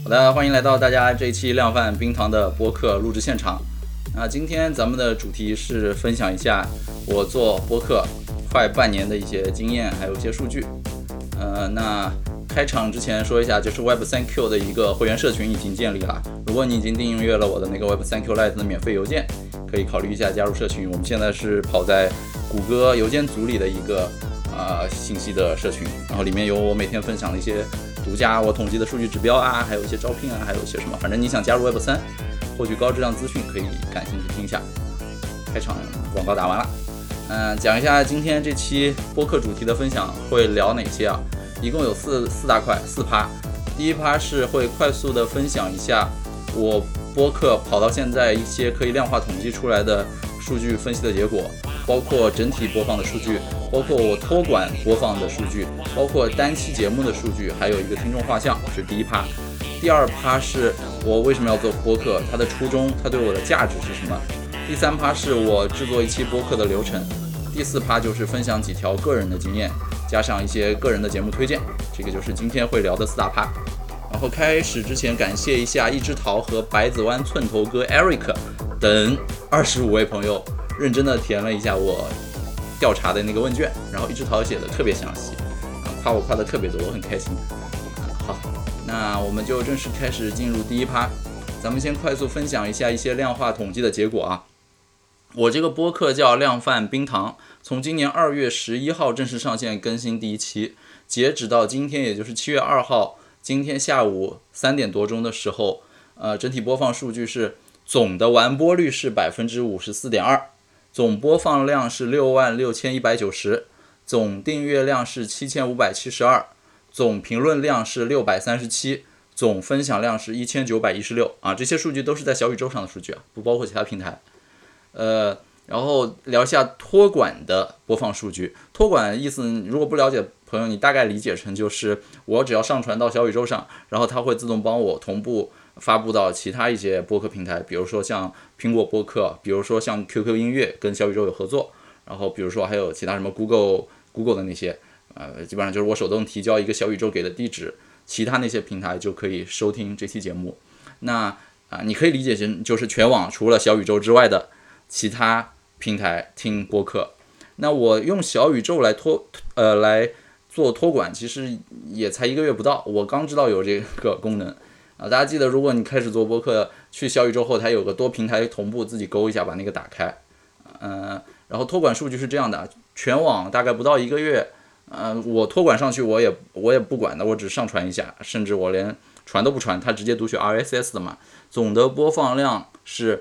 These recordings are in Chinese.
好的，欢迎来到大家这一期量贩冰糖的播客录制现场。今天咱们的主题是分享一下我做播客快半年的一些经验，还有一些数据。那开场之前说一下，就是 Web3Q 的一个会员社群已经建立了。如果你已经订阅了我的那个 Web3Q Lite 的免费邮件，可以考虑一下加入社群。我们现在是跑在谷歌邮件组里的一个信息的社群，然后里面有我每天分享的一些独家我统计的数据指标啊，还有一些招聘啊，还有一些什么，反正你想加入 Web3 获取高质量资讯，可以感兴趣听一下。开场广告打完了，讲一下今天这期播客主题的分享会聊哪些啊？一共有四大块，4趴。第一趴是会快速的分享一下我播客跑到现在一些可以量化统计出来的数据分析的结果，包括整体播放的数据，包括我托管播放的数据，包括单期节目的数据，还有一个听众画像，是第一趴。第二趴是我为什么要做播客，它的初衷，它对我的价值是什么。第三趴是我制作一期播客的流程。第4趴就是分享几条个人的经验，加上一些个人的节目推荐，这个就是今天会聊的4大趴。然后开始之前感谢一下一枝桃和白子湾寸头哥 Eric 等25位朋友认真的填了一下我调查的那个问卷，然后一枝桃写的特别详细，夸我夸的特别多，我很开心。好，那我们就正式开始进入第一趴。咱们先快速分享一下一些量化统计的结果啊。我这个播客叫量贩冰糖，从今年2月11号正式上线更新第一期，截止到今天，也就是7月2号，今天下午3点多钟的时候，整体播放数据是总的完播率是 54.2%， 总播放量是66190，总订阅量是7572，总评论量是637，总分享量是1916啊，这些数据都是在小宇宙上的数据啊，不包括其他平台。然后聊一下托管的播放数据。托管意思，如果不了解的朋友，你大概理解成就是我只要上传到小宇宙上，然后它会自动帮我同步发布到其他一些播客平台，比如说像苹果播客，比如说像 QQ 音乐跟小宇宙有合作，然后比如说还有其他什么 Google 的那些，基本上就是我手动提交一个小宇宙给的地址，其他那些平台就可以收听这期节目。那你可以理解成就是全网除了小宇宙之外的其他平台听播客。那我用小宇宙来做托管，其实也才1个月不到，我刚知道有这个功能大家记得，如果你开始做播客，去小宇宙后台有个多平台同步，自己勾一下把那个打开。然后托管数据是这样的，全网大概不到1个月，我托管上去我也不管的，我只上传一下，甚至我连传都不传，它直接读取 RSS 的嘛。总的播放量是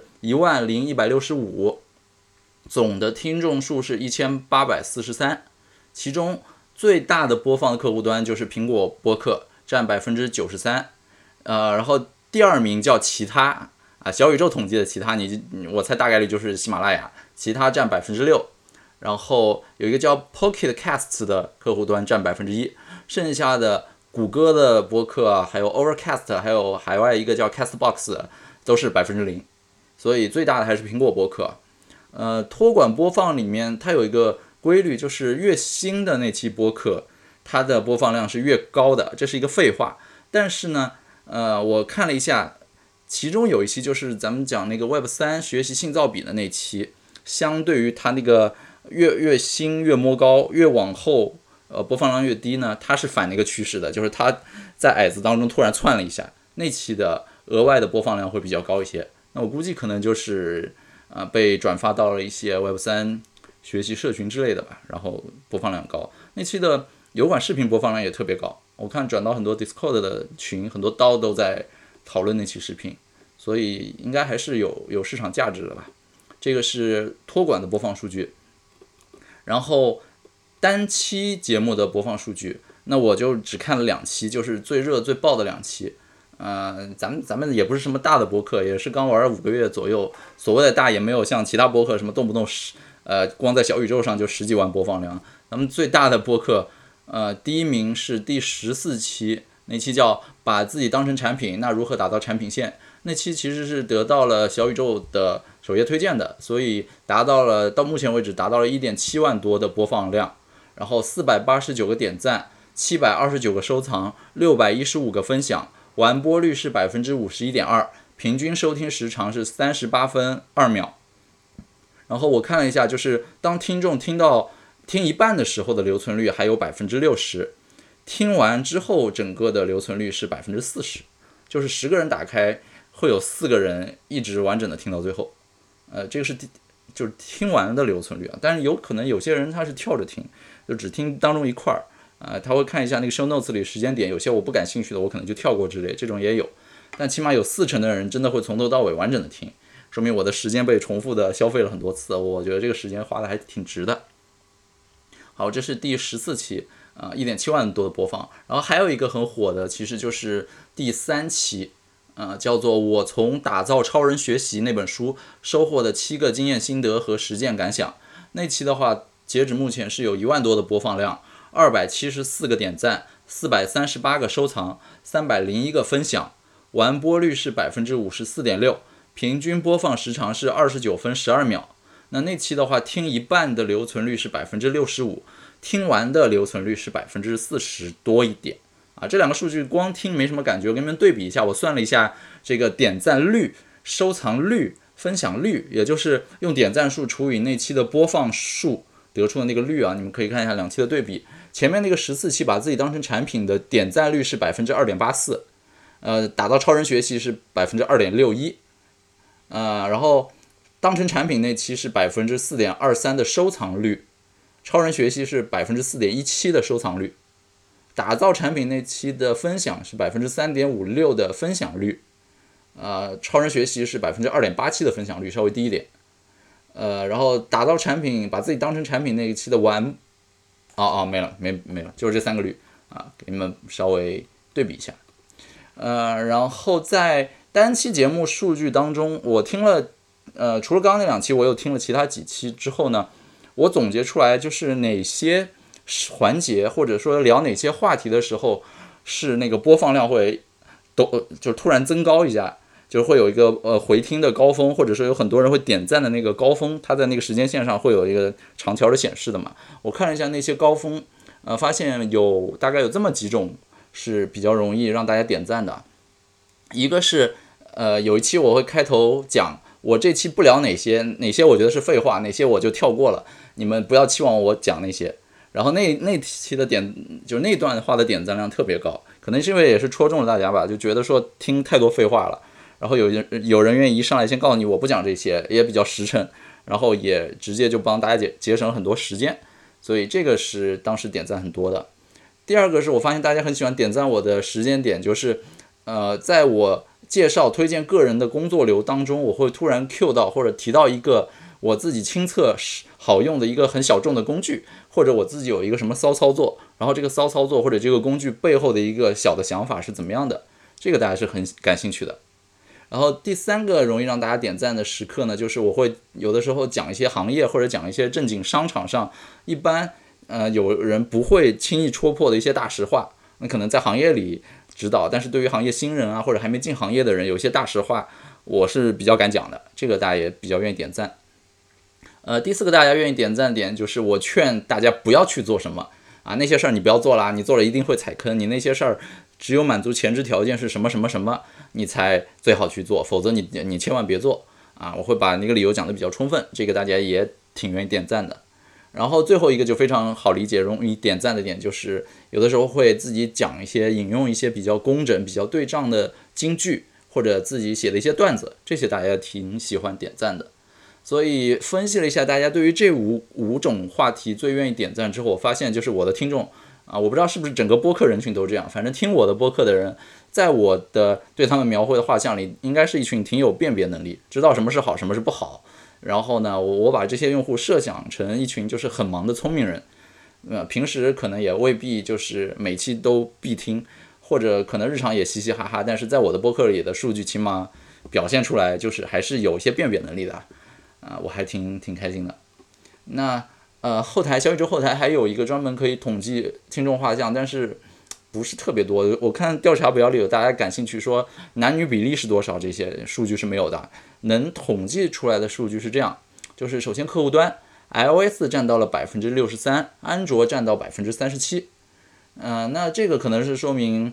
10165，总的听众数是1843，其中最大的播放的客户端就是苹果播客，占 93%，然后第2名叫其他小宇宙统计的其他，我猜大概率就是喜马拉雅，其他占 6%， 然后有一个叫 Pocket Casts 的客户端占 1%， 剩下的谷歌的播客还有 Overcast， 还有海外一个叫 Castbox 都是 0%， 所以最大的还是苹果播客。托管播放里面它有一个规律，就是越新的那期播客它的播放量是越高的，这是一个废话。但是呢我看了一下，其中有一期就是咱们讲那个 Web3 学习性噪比的那期，相对于它那个越新越摸高，越往后播放量越低呢，它是反那个趋势的，就是它在矮子当中突然窜了一下，那期的额外的播放量会比较高一些。那我估计可能就是被转发到了一些 Web3 学习社群之类的吧，然后播放量高。那期的油管视频播放量也特别高，我看转到很多 Discord 的群，很多刀都在讨论那期视频，所以应该还是有市场价值的吧。这个是托管的播放数据。然后单期节目的播放数据，那我就只看了2期，就是最热最爆的2期。咱们也不是什么大的播客，也是刚玩了5个月左右，所谓的大也没有像其他播客什么动不动光在小宇宙上就10几万播放量。咱们最大的播客第1名是第14期，那期叫把自己当成产品，那如何打造产品线，那期其实是得到了小宇宙的首页推荐的，所以到目前为止达到了 1.7 万多的播放量，然后489个点赞，729个收藏，615个分享完播率是51.2%，平均收听时长是38分2秒。然后我看了一下，就是当听众听一半的时候的留存率还有60%，听完之后整个的留存率是40%，就是10个人打开会有4个人一直完整的听到最后。这个是就是听完的留存率啊，但是有可能有些人他是跳着听，就只听当中一块他会看一下那个 show notes 里时间点，有些我不感兴趣的我可能就跳过之类，这种也有。但起码有40%的人真的会从头到尾完整的听，说明我的时间被重复的消费了很多次，我觉得这个时间花的还挺值的。好，这是第14期1.7万多的播放。然后还有一个很火的，其实就是第3期叫做我从打造超人学习那本书收获的7个经验心得和实践感想。那期的话截止目前是有1万多的播放量，274个点赞，438个收藏，301个分享，完播率是54.6%，平均播放时长是29分12秒。那期的话听一半的留存率是65%，听完的留存率是40%多一点这两个数据光听没什么感觉，我跟你们对比一下，我算了一下这个点赞率、收藏率、分享率，也就是用点赞数除以那期的播放数得出的那个率你们可以看一下两期的对比。前面那个14期把自己当成产品的点赞率是2.84%，打造超人学习是2.61%，然后当成产品那期是4.23%的收藏率，超人学习是4.17%的收藏率，打造产品那期的分享是3.56%的分享率，超人学习是2.87%的分享率，稍微低一点。然后打造产品把自己当成产品那一期的没了，就是这3个率给你们稍微对比一下。然后在单期节目数据当中，我听了除了刚刚那2期，我又听了其他几期之后呢，我总结出来就是哪些环节或者说聊哪些话题的时候是那个播放量会就突然增高一下，就是会有一个回听的高峰，或者说有很多人会点赞的那个高峰，它在那个时间线上会有一个长条的显示的嘛。我看了一下那些高峰，发现大概有这么几种是比较容易让大家点赞的。一个是有一期我会开头讲我这期不聊哪些我觉得是废话，哪些我就跳过了，你们不要期望我讲那些。然后那期的就是那段话的点赞量特别高，可能是因为也是戳中了大家吧，就觉得说听太多废话了。然后有人愿意一上来先告诉你我不讲这些，也比较实诚，然后也直接就帮大家节省了很多时间，所以这个是当时点赞很多的。第二个是我发现大家很喜欢点赞我的时间点，就是在我介绍推荐个人的工作流当中，我会突然 cue 到或者提到一个我自己亲测好用的一个很小众的工具，或者我自己有一个什么骚操作，然后这个骚操作或者这个工具背后的一个小的想法是怎么样的，这个大家是很感兴趣的。然后第3个容易让大家点赞的时刻呢，就是我会有的时候讲一些行业或者讲一些正经商场上一般有人不会轻易戳破的一些大实话，那可能在行业里指导，但是对于行业新人或者还没进行业的人，有些大实话我是比较敢讲的，这个大家也比较愿意点赞。第4个大家愿意点赞点就是我劝大家不要去做什么那些事儿你不要做啦，你做了一定会踩坑，你那些事儿只有满足前置条件是什么什么什么你才最好去做，否则你千万别做我会把那个理由讲得比较充分，这个大家也挺愿意点赞的。然后最后一个就非常好理解容易点赞的点，就是有的时候会自己讲一些引用一些比较工整比较对仗的金句，或者自己写的一些段子，这些大家挺喜欢点赞的。所以分析了一下大家对于这五种话题最愿意点赞之后，我发现就是我的听众我不知道是不是整个播客人群都这样，反正听我的播客的人，在我的对他们描绘的画像里，应该是一群挺有辨别能力，知道什么是好什么是不好。然后呢，我把这些用户设想成一群就是很忙的聪明人，平时可能也未必就是每期都必听，或者可能日常也嘻嘻哈哈，但是在我的播客里的数据起码表现出来就是还是有一些辨别能力的我还挺开心的。那后台小宇宙后台还有一个专门可以统计听众画像，但是不是特别多。我看调查表里有大家感兴趣说男女比例是多少，这些数据是没有的。能统计出来的数据是这样，就是首先客户端 iOS 占到了 63%， 安卓占到 37%。那这个可能是说明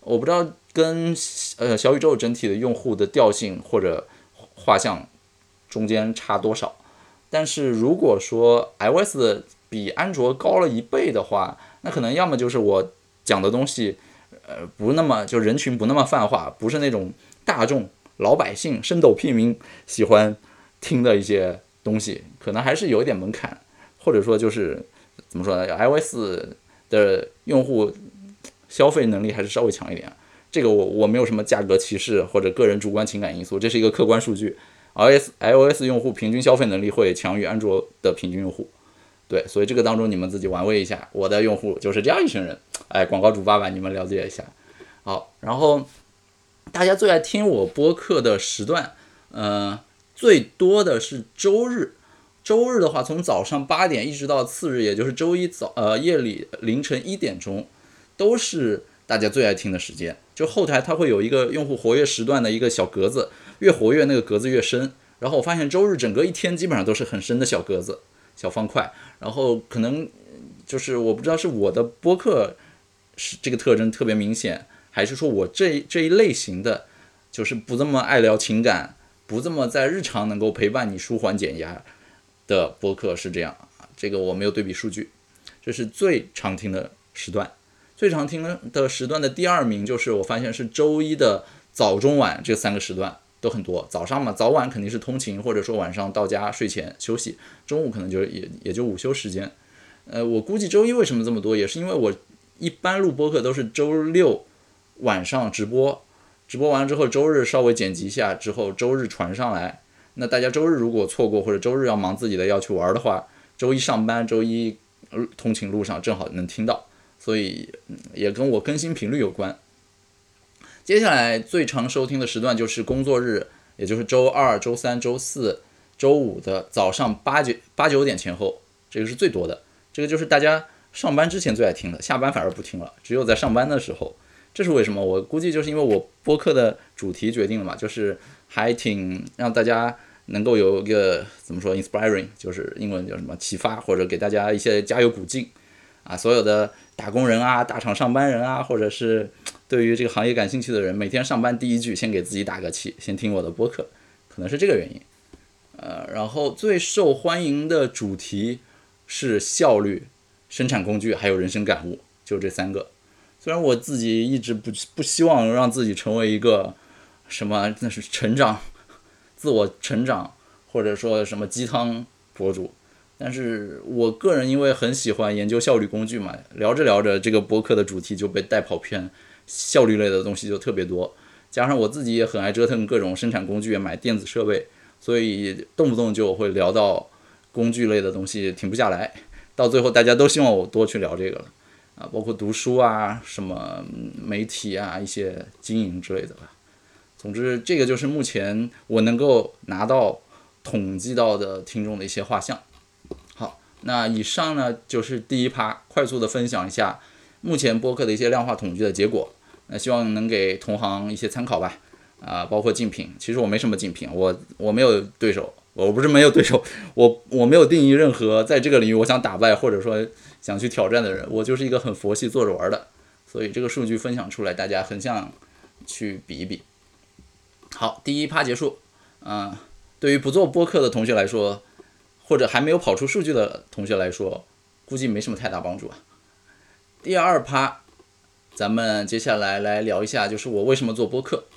我不知道跟小宇宙整体的用户的调性或者画像中间差多少。但是如果说 iOS 比安卓高了1倍的话，那可能要么就是我讲的东西不那么就人群不那么泛化，不是那种大众老百姓深斗屁民喜欢听的一些东西，可能还是有一点门槛，或者说就是怎么说呢 iOS 的用户消费能力还是稍微强一点。这个我没有什么价格歧视或者个人主观情感因素，这是一个客观数据。iOS 用户平均消费能力会强于安卓的平均用户，对，所以这个当中你们自己玩味一下，我的用户就是这样一群人。广告主爸爸你们了解一下。好，然后大家最爱听我播客的时段，最多的是周日。周日的话，从早上8点一直到次日，也就是周一夜里凌晨1点钟，都是大家最爱听的时间。就后台它会有一个用户活跃时段的一个小格子，越活跃那个格子越深。然后我发现周日整个一天基本上都是很深的小格子、小方块。然后可能就是我不知道是我的播客是这个特征特别明显，还是说我这一类型的就是不这么爱聊情感，不这么在日常能够陪伴你舒缓减压的播客是这样。这个我没有对比数据。这是最常听的时段。最常听的时段的第2名就是我发现是周一的早中晚，这3个时段都很多。早上嘛，早晚肯定是通勤，或者说晚上到家睡前休息，中午可能就也就午休时间。我估计周一为什么这么多，也是因为我一般录播客都是周六晚上直播完了之后，周日稍微剪辑一下之后，周日传上来。那大家周日如果错过或者周日要忙自己的要去玩的话，周一上班，周一通勤路上正好能听到，所以也跟我更新频率有关。接下来最常收听的时段就是工作日，也就是周2、周3、周4、周5的早上8、9点前后，这个是最多的。这个就是大家上班之前最爱听的，下班反而不听了，只有在上班的时候。这是为什么？我估计就是因为我播客的主题决定了嘛，就是还挺让大家能够有一个怎么说 inspiring， 就是英文叫什么启发，或者给大家一些加油鼓劲啊。所有的打工人啊、大厂上班人啊，或者是对于这个行业感兴趣的人，每天上班第一句先给自己打个气，先听我的播客，可能是这个原因。然后最受欢迎的主题是效率、生产工具还有人生感悟，就这3个。虽然我自己一直不希望让自己成为一个什么那是成长、自我成长或者说什么鸡汤博主，但是我个人因为很喜欢研究效率工具嘛，聊着聊着这个播客的主题就被带跑偏，效率类的东西就特别多，加上我自己也很爱折腾各种生产工具，买电子设备，所以动不动就会聊到工具类的东西，停不下来。到最后大家都希望我多去聊这个了包括读书啊、什么媒体啊、一些经营之类的吧。总之，这个就是目前我能够拿到统计到的听众的一些画像。好，那以上呢就是第一趴，快速的分享一下目前播客的一些量化统计的结果。那希望能给同行一些参考吧。包括竞品，其实我没什么竞品，我没有对手，我不是没有对手，我没有定义任何在这个领域我想打败或者说想去挑战的人，我就是一个很佛系做着玩的，所以这个数据分享出来，大家横向去比一比。好，第一趴结束。对于不做播客的同学来说，或者还没有跑出数据的同学来说，估计没什么太大帮助。第二趴，咱们接下来来聊一下，就是我为什么做播客，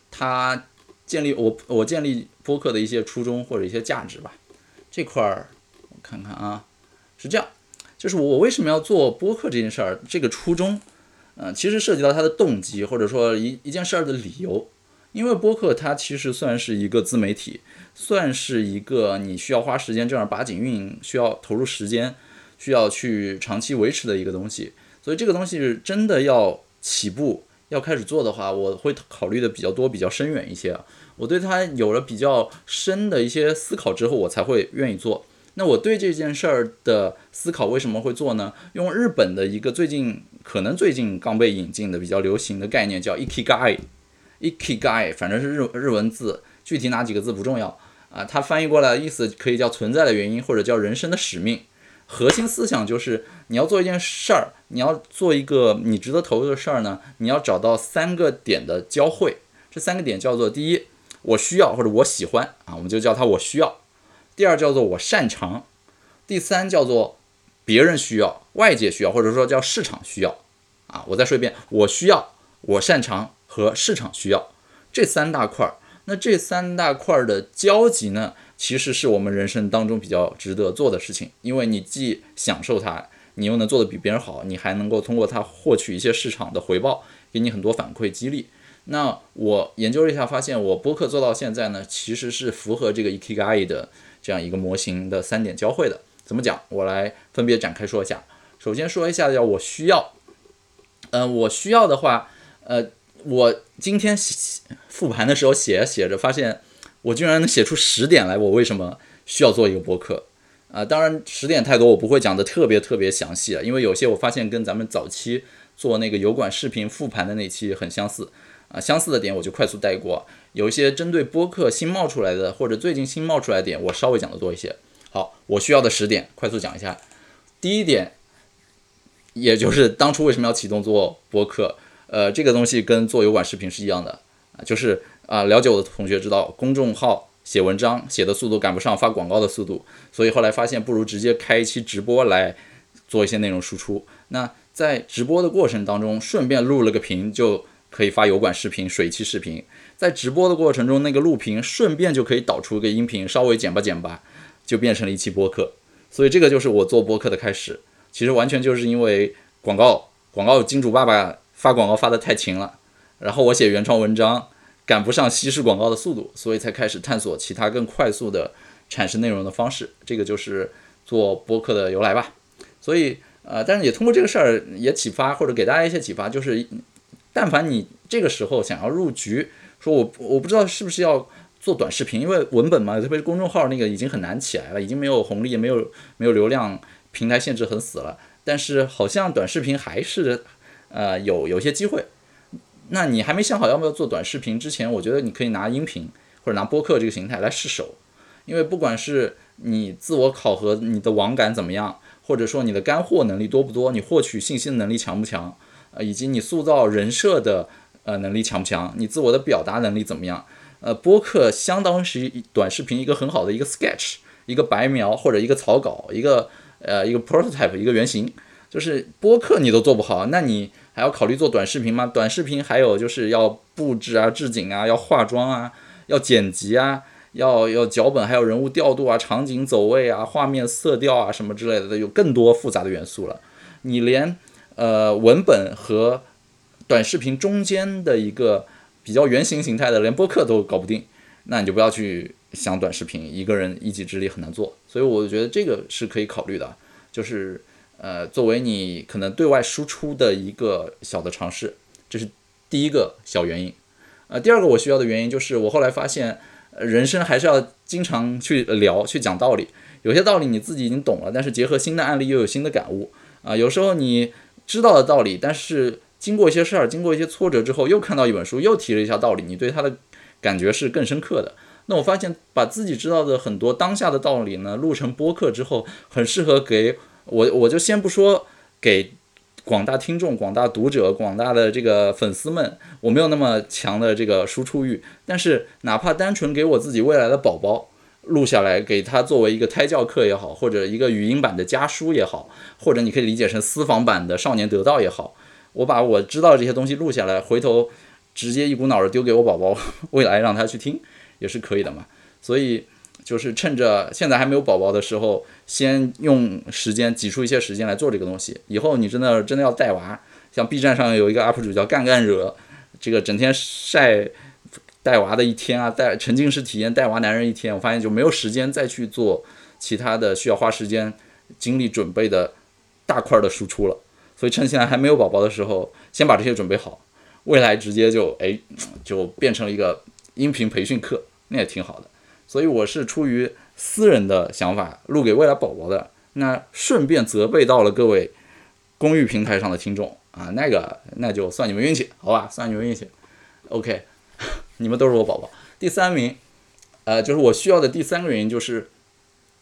我建立播客的一些初衷或者一些价值吧。这块儿我看看啊，是这样，就是我为什么要做播客这件事儿，这个初衷，其实涉及到它的动机，或者说一件事儿的理由。因为播客它其实算是一个自媒体，算是一个你需要花时间正儿八经运营，需要投入时间，需要去长期维持的一个东西。所以这个东西真的要起步要开始做的话，我会考虑的比较多，比较深远一些。我对它有了比较深的一些思考之后，我才会愿意做。那我对这件事儿的思考为什么会做呢？用日本的一个可能最近刚被引进的比较流行的概念叫 Ikigai， 反正是日文字，具体哪几个字不重要它翻译过来的意思可以叫存在的原因，或者叫人生的使命核心思想就是你要做一件事儿，你要做一个你值得投入的事儿呢，你要找到3个点的交汇。这3个点叫做：第一，我需要或者我喜欢啊，我们就叫它我需要；第二叫做我擅长；第三叫做别人需要、外界需要，或者说叫市场需要啊。我再说一遍，我需要、我擅长和市场需要这3大块。那这3大块的交集呢，其实是我们人生当中比较值得做的事情，因为你既享受它，你又能做得比别人好，你还能够通过它获取一些市场的回报，给你很多反馈激励。那我研究了一下，发现我播客做到现在呢，其实是符合这个 Ikigai 的这样一个模型的3点交汇的。怎么讲？我来分别展开说一下。首先说一下叫我需要，我需要的话，我今天复盘的时候写着，发现我居然能写出10点来，我为什么需要做一个播客当然10点太多，我不会讲的特别详细了，因为有些我发现跟咱们早期做那个油管视频复盘的那期很相似相似的点我就快速带过。有一些针对播客新冒出来的或者最近新冒出来的点，我稍微讲的多一些。好，我需要的10点快速讲一下。第一点，也就是当初为什么要启动做播客，这个东西跟做油管视频是一样的就是了解我的同学知道，公众号写文章写的速度赶不上发广告的速度，所以后来发现不如直接开一期直播来做一些内容输出。那在直播的过程当中，顺便录了个屏就可以发油管视频、水期视频。在直播的过程中，那个录屏顺便就可以导出一个音频，稍微剪吧，就变成了一期播客。所以这个就是我做播客的开始。其实完全就是因为广告金主爸爸发广告发得太勤了，然后我写原创文章赶不上稀释广告的速度，所以才开始探索其他更快速的产生内容的方式。这个就是做播客的由来吧。所以但是也通过这个事儿也启发，或者给大家一些启发，就是但凡你这个时候想要入局，说我不知道是不是要做短视频，因为文本嘛，特别是公众号那个已经很难起来了，已经没有红利，没有流量，平台限制很死了。但是好像短视频还是有些机会。那你还没想好要不要做短视频之前，我觉得你可以拿音频或者拿播客这个形态来试手。因为不管是你自我考核你的网感怎么样，或者说你的干货能力多不多，你获取信息的能力强不强，以及你塑造人设的能力强不强，你自我的表达能力怎么样。播客相当是短视频一个很好的一个 sketch， 一个白描或者一个草稿，一个 prototype， 一个原型。就是播客你都做不好，那你还要考虑做短视频吗？短视频还有就是要布置啊、置景啊、要化妆啊、要剪辑啊、要脚本，还有人物调度啊、场景走位啊、画面色调啊什么之类的，有更多复杂的元素了。你连文本和短视频中间的一个比较原型形态的连播客都搞不定，那你就不要去想短视频，一个人一己之力很难做。所以我觉得这个是可以考虑的，就是作为你可能对外输出的一个小的尝试，这是第一个小原因。第二个我需要的原因就是我后来发现，人生还是要经常去聊、去讲道理。有些道理你自己已经懂了，但是结合新的案例又有新的感悟有时候你知道的道理，但是经过一些事儿、经过一些挫折之后，又看到一本书，又提了一下道理，你对它的感觉是更深刻的。那我发现把自己知道的很多当下的道理呢，录成播客之后，很适合给我就先不说给广大听众、广大读者、广大的这个粉丝们，我没有那么强的这个输出欲，但是哪怕单纯给我自己未来的宝宝录下来，给他作为一个胎教课也好，或者一个语音版的家书也好，或者你可以理解成私房版的少年得道也好，我把我知道的这些东西录下来，回头直接一股脑的丢给我宝宝，未来让他去听也是可以的嘛。所以就是趁着现在还没有宝宝的时候，先用时间挤出一些时间来做这个东西。以后你真的要带娃，像 B 站上有一个 UP 主叫干惹，这个整天晒带娃的一天沉浸式体验带娃男人一天，我发现就没有时间再去做其他的需要花时间精力准备的大块的输出了。所以趁现在还没有宝宝的时候，先把这些准备好，未来直接就变成了一个音频培训课，那也挺好的。所以我是出于私人的想法录给未来宝宝的，那顺便责备到了各位公寓平台上的听众那就算你们运气，好吧，算你们运气。OK， 你们都是我宝宝。第三名，就是我需要的第3个原因就是，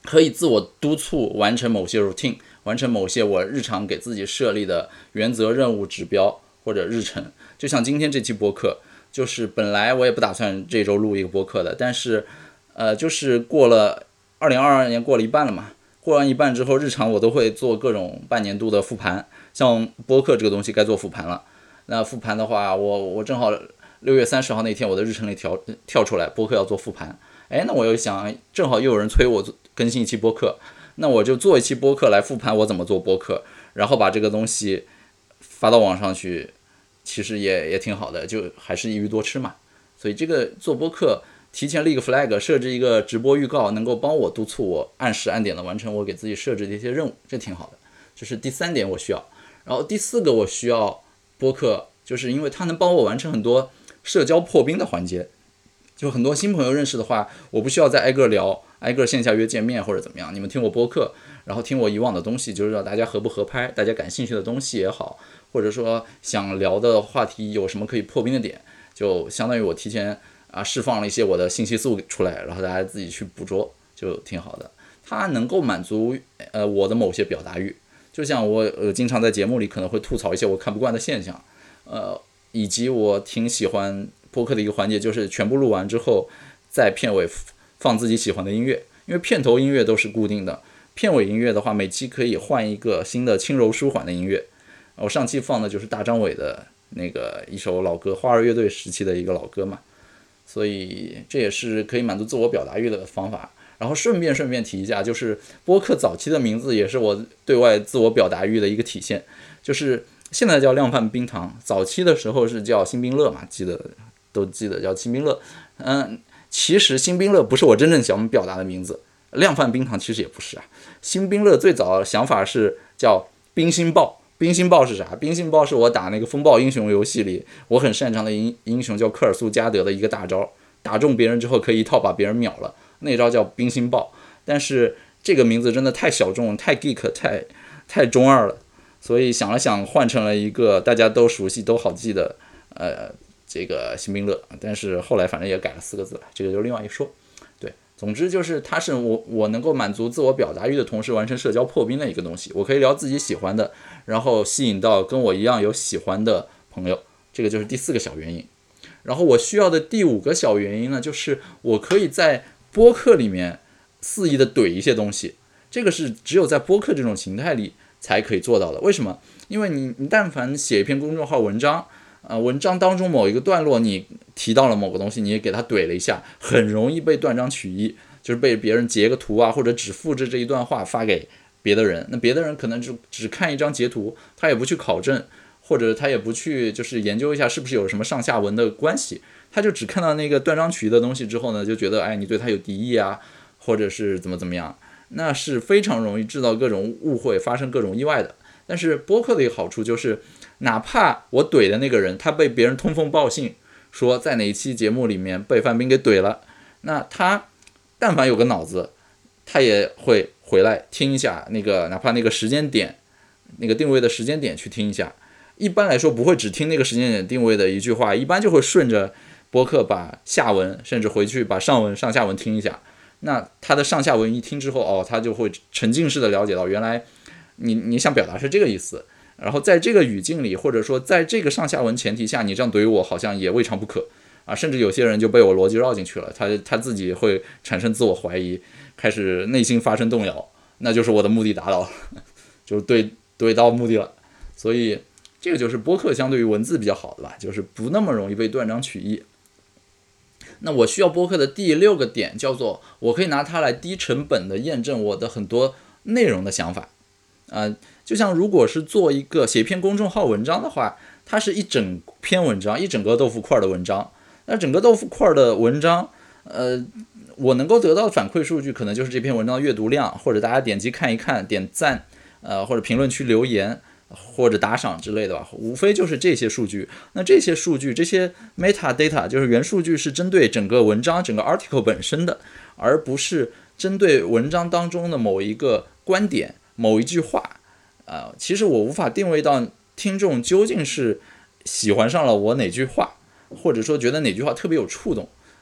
可以自我督促完成某些 routine， 完成某些我日常给自己设立的原则、任务、指标或者日程。就像今天这期播客，就是本来我也不打算这周录一个播客的，但是就是过了2022年过了一半了嘛，过完一半之后，日常我都会做各种半年度的复盘，像播客这个东西该做复盘了。那复盘的话，我正好6月30号那天我的日程里跳出来播客要做复盘，那我又想正好又有人催我更新一期播客，那我就做一期播客来复盘我怎么做播客，然后把这个东西发到网上去，其实也挺好的，就还是一鱼多吃嘛。所以这个做播客提前立个 flag， 设置一个直播预告，能够帮我督促我按时按点的完成我给自己设置的一些任务，这挺好的。这是第3点我需要。然后第4个我需要播客，就是因为它能帮我完成很多社交破冰的环节。就很多新朋友认识的话，我不需要再挨个聊，挨个线下约见面或者怎么样。你们听我播客，然后听我以往的东西，就知道大家合不合拍，大家感兴趣的东西也好，或者说想聊的话题有什么可以破冰的点，就相当于我提前释放了一些我的信息素出来，然后大家自己去捕捉，就挺好的。它能够满足我的某些表达欲，就像我经常在节目里可能会吐槽一些我看不惯的现象，以及我挺喜欢播客的一个环节，就是全部录完之后，在片尾放自己喜欢的音乐，因为片头音乐都是固定的，片尾音乐的话，每期可以换一个新的轻柔舒缓的音乐。我上期放的就是大张伟的那个一首老歌，花儿乐队时期的一个老歌嘛，所以这也是可以满足自我表达欲的方法。然后顺便提一下，就是播客早期的名字也是我对外自我表达欲的一个体现，就是现在叫量贩冰糖，早期的时候是叫新冰乐嘛，都记得叫新冰乐。其实新冰乐不是我真正想表达的名字，量贩冰糖其实也不是啊。新冰乐最早的想法是叫冰心豹。冰心豹是啥？冰心豹是我打那个风暴英雄游戏里我很擅长的英雄叫科尔苏加德的一个大招，打中别人之后可以一套把别人秒了，那招叫冰心豹。但是这个名字真的太小众，太 geek， 太中二了，所以想了想换成了一个大家都熟悉都好记的这个新冰乐，但是后来反正也改了4个字了，这个就另外一说。对，总之就是它是我能够满足自我表达欲的同时完成社交破冰的一个东西，我可以聊自己喜欢的，然后吸引到跟我一样有喜欢的朋友，这个就是第4个小原因。然后我需要的第5个小原因呢，就是我可以在播客里面肆意的怼一些东西，这个是只有在播客这种形态里才可以做到的。为什么？因为你但凡写一篇公众号文章，文章当中某一个段落你提到了某个东西，你也给它怼了一下，很容易被断章取义，就是被别人截个图或者只复制这一段话发给别的人，那别的人可能只看一张截图，他也不去考证，或者他也不去就是研究一下是不是有什么上下文的关系，他就只看到那个断章取义的东西之后呢，就觉得你对他有敌意或者是怎么样，那是非常容易制造各种误会，发生各种意外的。但是播客的一个好处就是，哪怕我怼的那个人他被别人通风报信说在哪一期节目里面被范冰给怼了，那他但凡有个脑子，他也会回来听一下那个，哪怕那个时间点，那个定位的时间点去听一下。一般来说不会只听那个时间点定位的一句话，一般就会顺着播客把下文，甚至回去把上文上下文听一下。那他的上下文一听之后，他就会沉浸式的了解到原来你想表达是这个意思，然后在这个语境里，或者说在这个上下文前提下，你这样怼我好像也未尝不可甚至有些人就被我逻辑绕进去了，他自己会产生自我怀疑，开始内心发生动摇，那就是我的目的达到了，就是怼到目的了。所以这个就是播客相对于文字比较好的吧，就是不那么容易被断章取义。那我需要播客的第6个点叫做我可以拿它来低成本的验证我的很多内容的想法。就像如果是做一个写一篇公众号文章的话，它是一整篇文章，一整个豆腐块的文章。那整个豆腐块的文章，我能够得到的反馈数据可能就是这篇文章的阅读量，或者大家点击看一看、点赞，或者评论区留言，或者打赏之类的吧，无非就是这些数据。那这些数据，这些 metadata 就是原数据，是针对整个文章、整个 article 本身的，而不是针对文章当中的某一个观点、某一句话。其实我无法定位到听众究竟是喜欢上了我哪句话，或者说觉得哪句话特别有触动。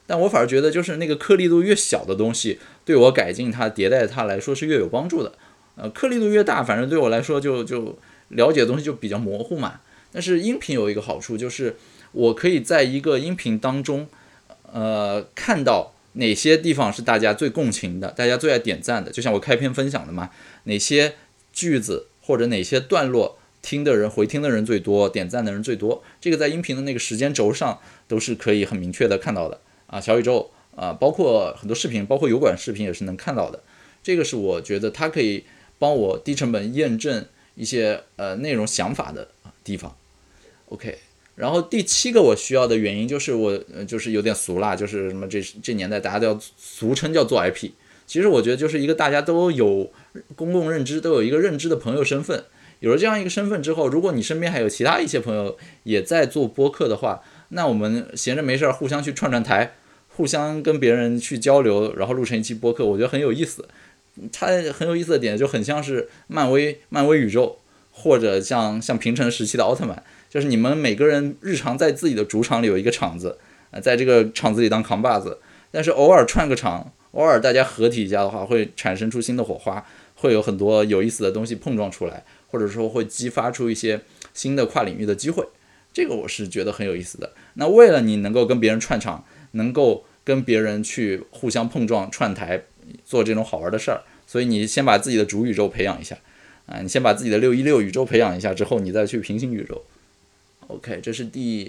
但我反而觉得就是那个颗粒度越小的东西，对我改进它、迭代它来说是越有帮助的。颗粒度越大，反正对我来说就了解的东西就比较模糊嘛。但是音频有一个好处，就是我可以在一个音频当中，看到哪些地方是大家最共情的，大家最爱点赞的，就像我开篇分享的嘛，哪些句子或者哪些段落回听的人最多，点赞的人最多，这个在音频的那个时间轴上都是可以很明确的看到的啊。小宇宙包括很多视频，包括油管视频也是能看到的。这个是我觉得它可以帮我低成本验证一些内容想法的地方。OK， 然后第7个我需要的原因就是我就是有点俗啦，就是什么这年代大家都要俗称叫做 IP。其实我觉得就是一个大家都有公共认知，都有一个认知的朋友身份。有了这样一个身份之后，如果你身边还有其他一些朋友也在做播客的话，那我们闲着没事互相去串台，互相跟别人去交流，然后录成一期播客，我觉得很有意思。它很有意思的点就很像是漫威宇宙，或者像平成时期的奥特曼，就是你们每个人日常在自己的主场里有一个场子，在这个场子里当扛把子，但是偶尔串个场，偶尔大家合体一下的话，会产生出新的火花，会有很多有意思的东西碰撞出来，或者说会激发出一些新的跨领域的机会。这个我是觉得很有意思的。那为了你能够跟别人串场，能够跟别人去互相碰撞串台，做这种好玩的事儿，所以你先把自己的主宇宙培养一下你先把自己的616宇宙培养一下之后，你再去平行宇宙。OK， 这是第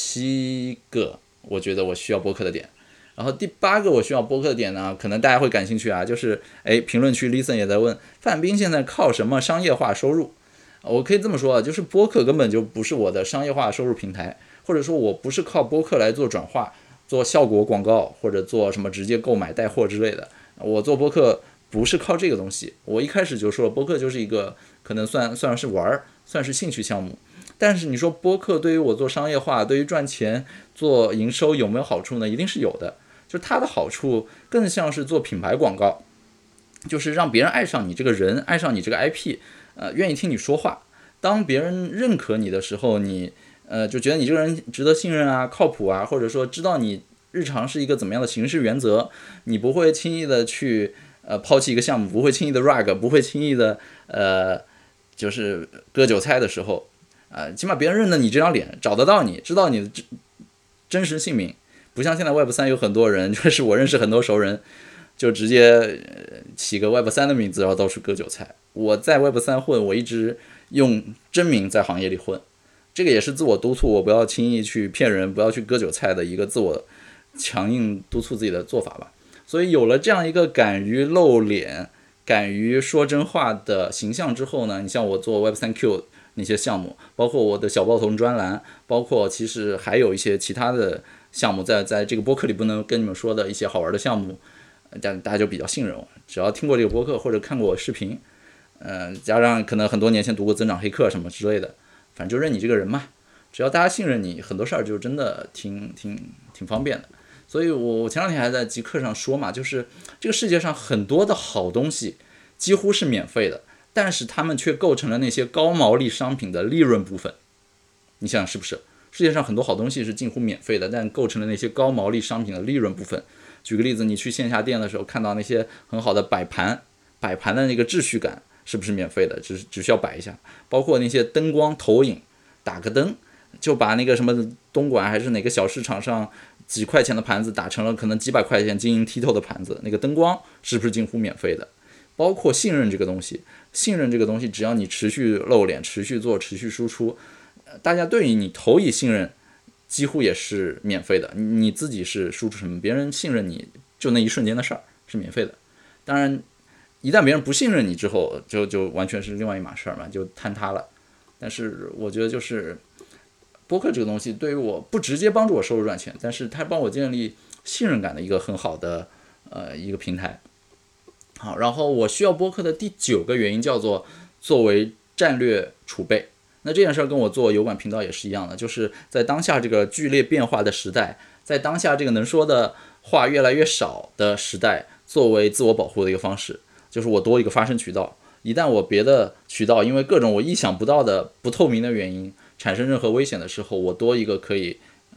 7个我觉得我需要播客的点。然后第8个我需要播客的点呢，可能大家会感兴趣就是评论区 Listen 也在问范冰现在靠什么商业化收入。我可以这么说就是播客根本就不是我的商业化收入平台，或者说我不是靠播客来做转化、做效果广告，或者做什么直接购买带货之类的。我做播客不是靠这个东西。我一开始就说了，播客就是一个可能算是玩，算是兴趣项目。但是你说播客对于我做商业化，对于赚钱、做营收有没有好处呢？一定是有的。就它的好处更像是做品牌广告，就是让别人爱上你这个人，爱上你这个 IP，愿意听你说话。当别人认可你的时候，你就觉得你这个人值得信任啊，靠谱啊，或者说知道你日常是一个怎么样的行事原则，你不会轻易的去抛弃一个项目，不会轻易的 rug， 不会轻易的就是割韭菜的时候起码别人认得你这张脸，找得到你，知道你的真实姓名。不像现在 Web3 有很多人，就是我认识很多熟人，就直接起个 Web3 的名字，然后到处割韭菜。我在 Web3 混，我一直用真名在行业里混，这个也是自我督促，我不要轻易去骗人，不要去割韭菜的一个自我强硬督促自己的做法吧。所以有了这样一个敢于露脸、敢于说真话的形象之后呢，你像我做 Web3Q 那些项目，包括我的小报童专栏，包括其实还有一些其他的项目在这个播客里不能跟你们说的一些好玩的项目，大家就比较信任我。只要听过这个播客或者看过我视频，加上可能很多年前读过增长黑客什么之类的，反正就认你这个人嘛。只要大家信任你，很多事儿就真的挺方便的。所以我前两天还在极客上说嘛，就是这个世界上很多的好东西几乎是免费的，但是他们却构成了那些高毛利商品的利润部分。你想想是不是？世界上很多好东西是近乎免费的，但构成了那些高毛利商品的利润部分。举个例子，你去线下店的时候看到那些很好的摆盘的那个秩序感是不是免费的？只需要摆一下。包括那些灯光投影，打个灯就把那个什么东莞还是哪个小市场上几块钱的盘子打成了可能几百块钱晶莹剔透的盘子，那个灯光是不是近乎免费的？包括信任这个东西，只要你持续露脸、持续做、持续输出，大家对于你投以信任几乎也是免费的。你自己是输出什么，别人信任你就那一瞬间的事儿是免费的。当然一旦别人不信任你之后，就完全是另外一码事儿嘛，就坍塌了。但是我觉得就是播客这个东西对于我不直接帮助我收入赚钱，但是它帮我建立信任感的一个很好的一个平台。好，然后我需要播客的第9个原因叫做作为战略储备。那这件事跟我做油管频道也是一样的，就是在当下这个剧烈变化的时代，在当下这个能说的话越来越少的时代，作为自我保护的一个方式，就是我多一个发声渠道。一旦我别的渠道因为各种我意想不到的不透明的原因产生任何危险的时候，我多一个可以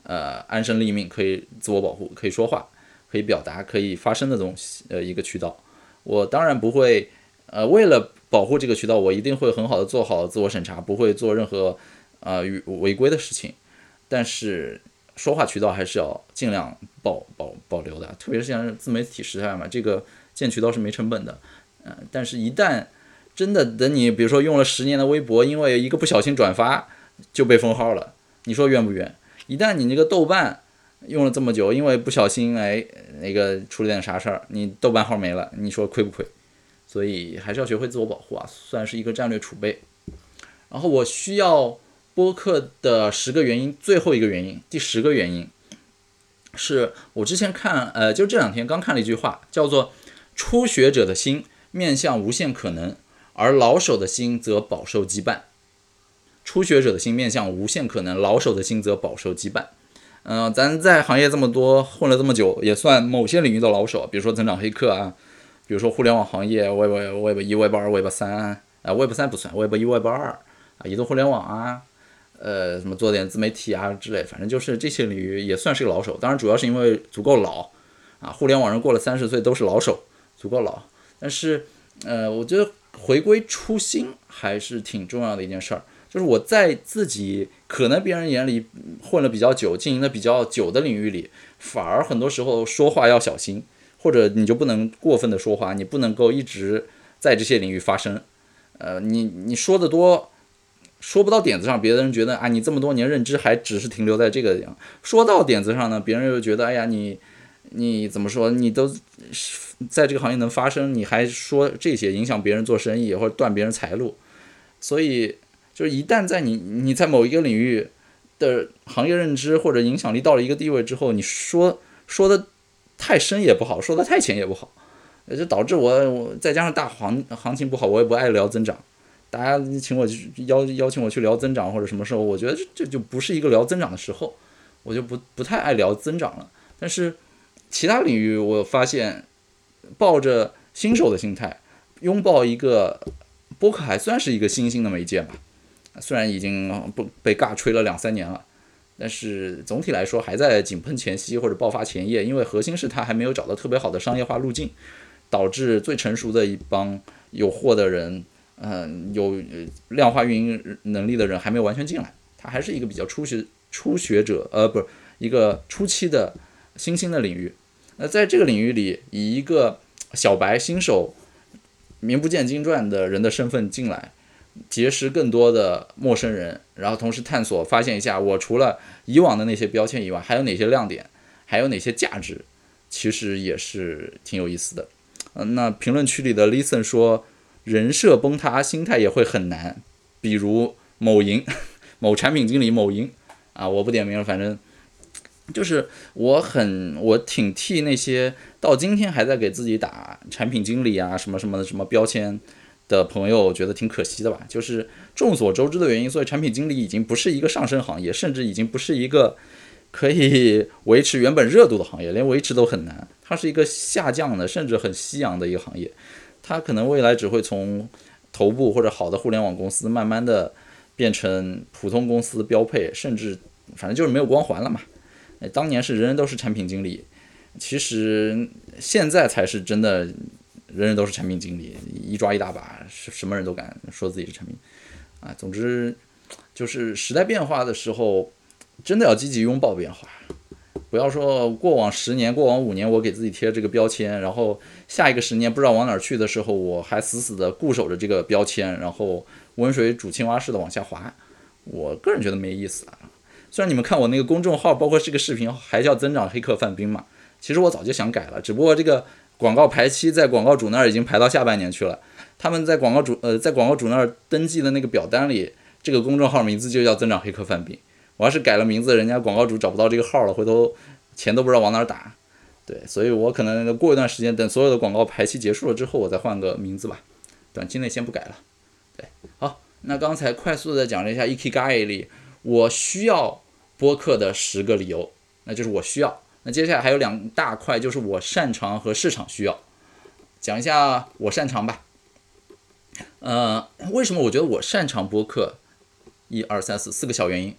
安身立命，可以自我保护，可以说话，可以表达，可以发声的东西，一个渠道。我当然不会，为了保护这个渠道，我一定会很好的做好自我审查，不会做任何违规的事情。但是说话渠道还是要尽量保留的，特别是像自媒体时代嘛，这个建渠道是没成本的。但是一旦真的等你比如说用了10年的微博，因为一个不小心转发就被封号了，你说冤不冤？一旦你这个豆瓣用了这么久，因为不小心那个出了点啥事儿，你豆瓣号没了，你说亏不亏？所以还是要学会自我保护啊，算是一个战略储备。然后我需要播客的10个原因，最后一个原因，第10个原因是我之前看就这2天刚看了一句话，叫做初学者的心面向无限可能，而老手的心则饱受羁绊。初学者的心面向无限可能，老手的心则饱受羁绊。咱在行业这么多，混了这么久，也算某些领域的老手，比如说增长黑客啊，比如说互联网行业 Web 1 Web 2 Web 3 Web 3不算 Web 1 Web 2啊，移动互联网啊，什么做点自媒体啊之类，反正就是这些领域也算是个老手。当然主要是因为足够老啊，互联网人过了30岁都是老手，足够老。但是我觉得回归初心还是挺重要的一件事儿。就是我在自己可能别人眼里混了比较久、经营的比较久的领域里，反而很多时候说话要小心，或者你就不能过分的说话，你不能够一直在这些领域发声。你说的多，说不到点子上，别人觉得啊，你这么多年认知还只是停留在这个样。说到点子上呢，别人又觉得，哎呀，你怎么说？你都在这个行业能发声，你还说这些影响别人做生意或者断别人财路，所以。就是一旦在你在某一个领域的行业认知或者影响力到了一个地位之后，你说的太深也不好，说的太浅也不好，就导致我再加上大行情不好，我也不爱聊增长。大家请我邀请我去聊增长或者什么时候，我觉得这就不是一个聊增长的时候，我就不太爱聊增长了。但是其他领域我发现，抱着新手的心态，拥抱一个播客还算是一个新兴的媒介吧。虽然已经被尬吹了2-3年了，但是总体来说还在井喷前夕或者爆发前夜，因为核心是它还没有找到特别好的商业化路径，导致最成熟的一帮有货的人，有量化运营能力的人还没有完全进来，它还是一个比较初学者，不是一个初期的新兴的领域。在这个领域里，以一个小白新手、名不见经传的人的身份进来。结识更多的陌生人，然后同时探索发现一下，我除了以往的那些标签以外，还有哪些亮点，还有哪些价值，其实也是挺有意思的。那评论区里的 Listen 说，人设崩塌，心态也会很难，比如某营某产品经理某营啊，我不点名了，反正就是我挺替那些到今天还在给自己打产品经理啊什么什么的什么标签的朋友，我觉得挺可惜的吧。就是众所周知的原因，所以产品经理已经不是一个上升行业，甚至已经不是一个可以维持原本热度的行业，连维持都很难。它是一个下降的，甚至很夕阳的一个行业。它可能未来只会从头部或者好的互联网公司，慢慢的变成普通公司标配，甚至反正就是没有光环了嘛。当年是人人都是产品经理，其实现在才是真的。人人都是产品经理，一抓一大把，什么人都敢说自己是产品啊。总之，就是时代变化的时候，真的要积极拥抱变化，不要说过往10年、过往5年我给自己贴这个标签，然后下一个10年不知道往哪儿去的时候，我还死死的固守着这个标签，然后温水煮青蛙似的往下滑。我个人觉得没意思啊。虽然你们看我那个公众号，包括这个视频还叫增长黑客范冰嘛，其实我早就想改了，只不过这个。广告排期在广告主那儿已经排到下半年去了，他们在广告主那儿登记的那个表单里，这个公众号名字就叫增长黑客范冰。我要是改了名字，人家广告主找不到这个号了，回头钱都不知道往哪儿打。对，所以我可能过一段时间，等所有的广告排期结束了之后，我再换个名字吧。短期内先不改了。对，好，那刚才快速的讲了一下 Ikigai 里我需要播客的10个理由，那就是我需要。那接下来还有2大块，就是我擅长和市场需要。讲一下我擅长吧。为什么我觉得我擅长播客？1、2、3、4个小原因。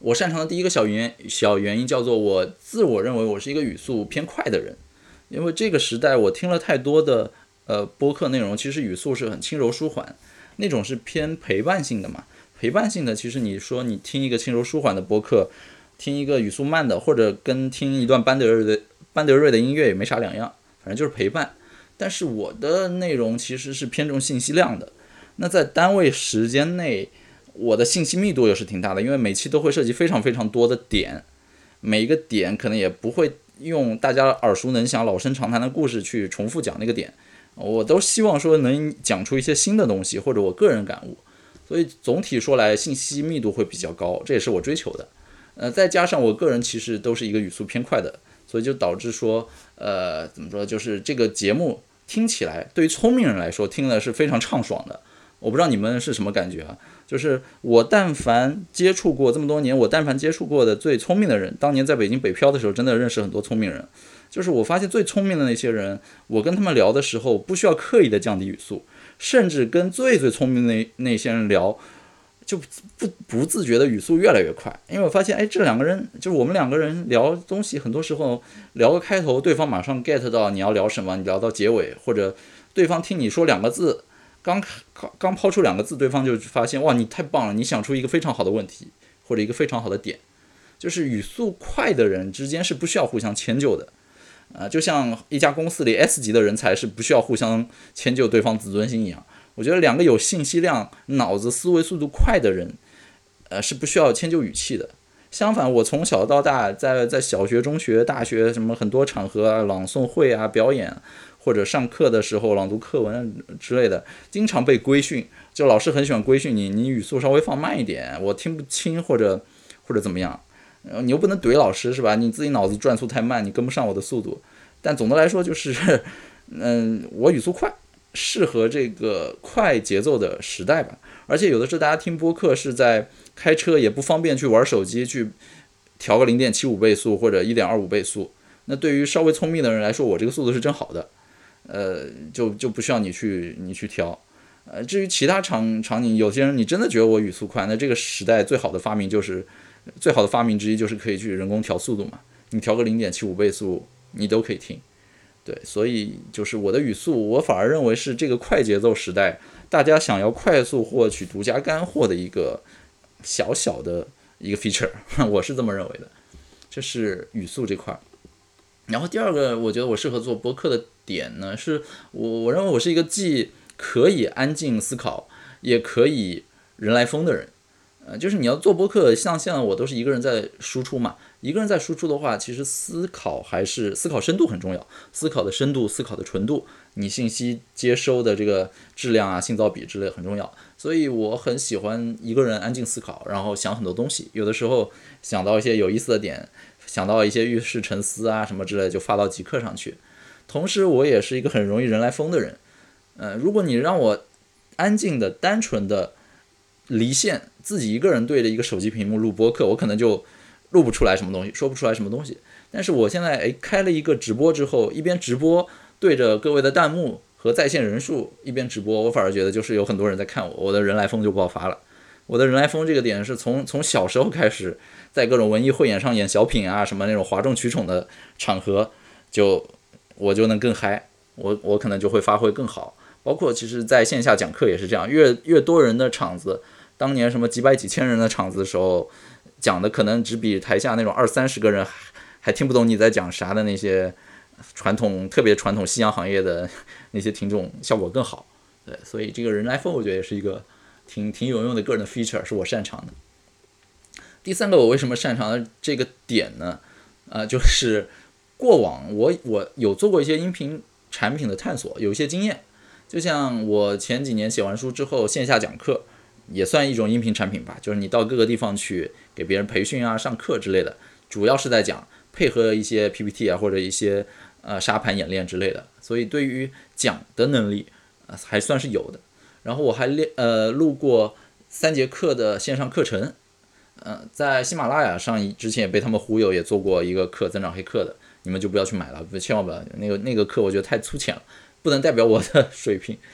我擅长的第一个小原因叫做我认为我是一个语速偏快的人，因为这个时代我听了太多的播客内容，其实语速是很轻柔舒缓，那种是偏陪伴性的嘛。陪伴性的，其实你说你听一个轻柔舒缓的播客，听一个语速慢的，或者跟听一段班德瑞的音乐也没啥两样，反正就是陪伴。但是我的内容其实是偏重信息量的，那在单位时间内，我的信息密度也是挺大的，因为每期都会涉及非常非常多的点，每一个点可能也不会用大家耳熟能详、老生常谈的故事去重复讲那个点，我都希望说能讲出一些新的东西或者我个人感悟，所以总体说来信息密度会比较高，这也是我追求的。再加上我个人其实都是一个语速偏快的，所以就导致说，怎么说，就是这个节目听起来对于聪明人来说听的是非常畅爽的。我不知道你们是什么感觉啊？就是我但凡接触过这么多年，我但凡接触过的最聪明的人，当年在北京北漂的时候，真的认识很多聪明人。就是我发现最聪明的那些人，我跟他们聊的时候，不需要刻意的降低语速，甚至跟最聪明的那些人聊，就不自觉的语速越来越快。因为我发现，这两个人就是我们两个人聊东西，很多时候聊个开头，对方马上 get 到你要聊什么，你聊到结尾，或者对方听你说两个字。刚抛出两个字，对方就发现哇，你太棒了，你想出一个非常好的问题或者一个非常好的点。就是语速快的人之间是不需要互相迁就的，就像一家公司里 S 级的人才是不需要互相迁就对方自尊心一样。我觉得两个有信息量、脑子思维速度快的人，是不需要迁就语气的。相反，我从小到大在小学、中学、大学什么很多场合啊，朗诵会啊、表演。或者上课的时候朗读课文之类的，经常被规训，就老师很喜欢规训你语速稍微放慢一点，我听不清或者怎么样，你又不能怼老师是吧？你自己脑子转速太慢，你跟不上我的速度。但总的来说就是，我语速快，适合这个快节奏的时代吧。而且有的时候大家听播客是在开车，也不方便去玩手机去调个0.75倍速或者1.25倍速。那对于稍微聪明的人来说，我这个速度是真好的。就不需要你去调。至于其他场景，有些人你真的觉得我语速快，那这个时代最好的发明之一就是可以去人工调速度嘛，你调个0.75倍速你都可以听。对，所以就是我的语速，我反而认为是这个快节奏时代大家想要快速获取独家干货的一个小小的一个 feature， 我是这么认为的。这是语速这块。然后第二个我觉得我适合做播客的点呢，是我认为我是一个既可以安静思考也可以人来疯的人。就是你要做播客，像现在我都是一个人在输出嘛，一个人在输出的话，其实思考深度很重要，思考的深度、思考的纯度，你信息接收的这个质量啊、信噪比之类很重要。所以我很喜欢一个人安静思考，然后想很多东西，有的时候想到一些有意思的点，想到一些遇事沉思啊什么之类的，就发到极客上去。同时我也是一个很容易人来疯的人。如果你让我安静的单纯的离线，自己一个人对着一个手机屏幕录播客，我可能就录不出来什么东西，说不出来什么东西。但是我现在开了一个直播之后，一边直播对着各位的弹幕和在线人数一边直播，我反而觉得就是有很多人在看我，我的人来疯就爆发了。我的人来疯这个点是从小时候开始，在各种文艺汇演上演小品啊，什么那种哗众取宠的场合，我就能更嗨，我可能就会发挥更好。包括其实在线下讲课也是这样，越多人的场子，当年什么几百几千人的场子的时候，讲的可能只比台下那种20-30个人还听不懂你在讲啥的那些特别传统夕阳行业的那些听众效果更好。对，所以这个人来疯我觉得也是一个挺有用的个人的 feature， 是我擅长的。第三个我为什么擅长的这个点呢？就是过往我有做过一些音频产品的探索，有一些经验。就像我前几年写完书之后线下讲课，也算一种音频产品吧，就是你到各个地方去给别人培训啊、上课之类的，主要是在讲配合一些 PPT 啊或者一些沙盘演练之类的，所以对于讲的能力还算是有的。然后我还录过3节课的线上课程，在喜马拉雅上之前也被他们忽悠，也做过一个课，增长黑课的，你们就不要去买了，千万不要，那个课我觉得太粗浅了，不能代表我的水平。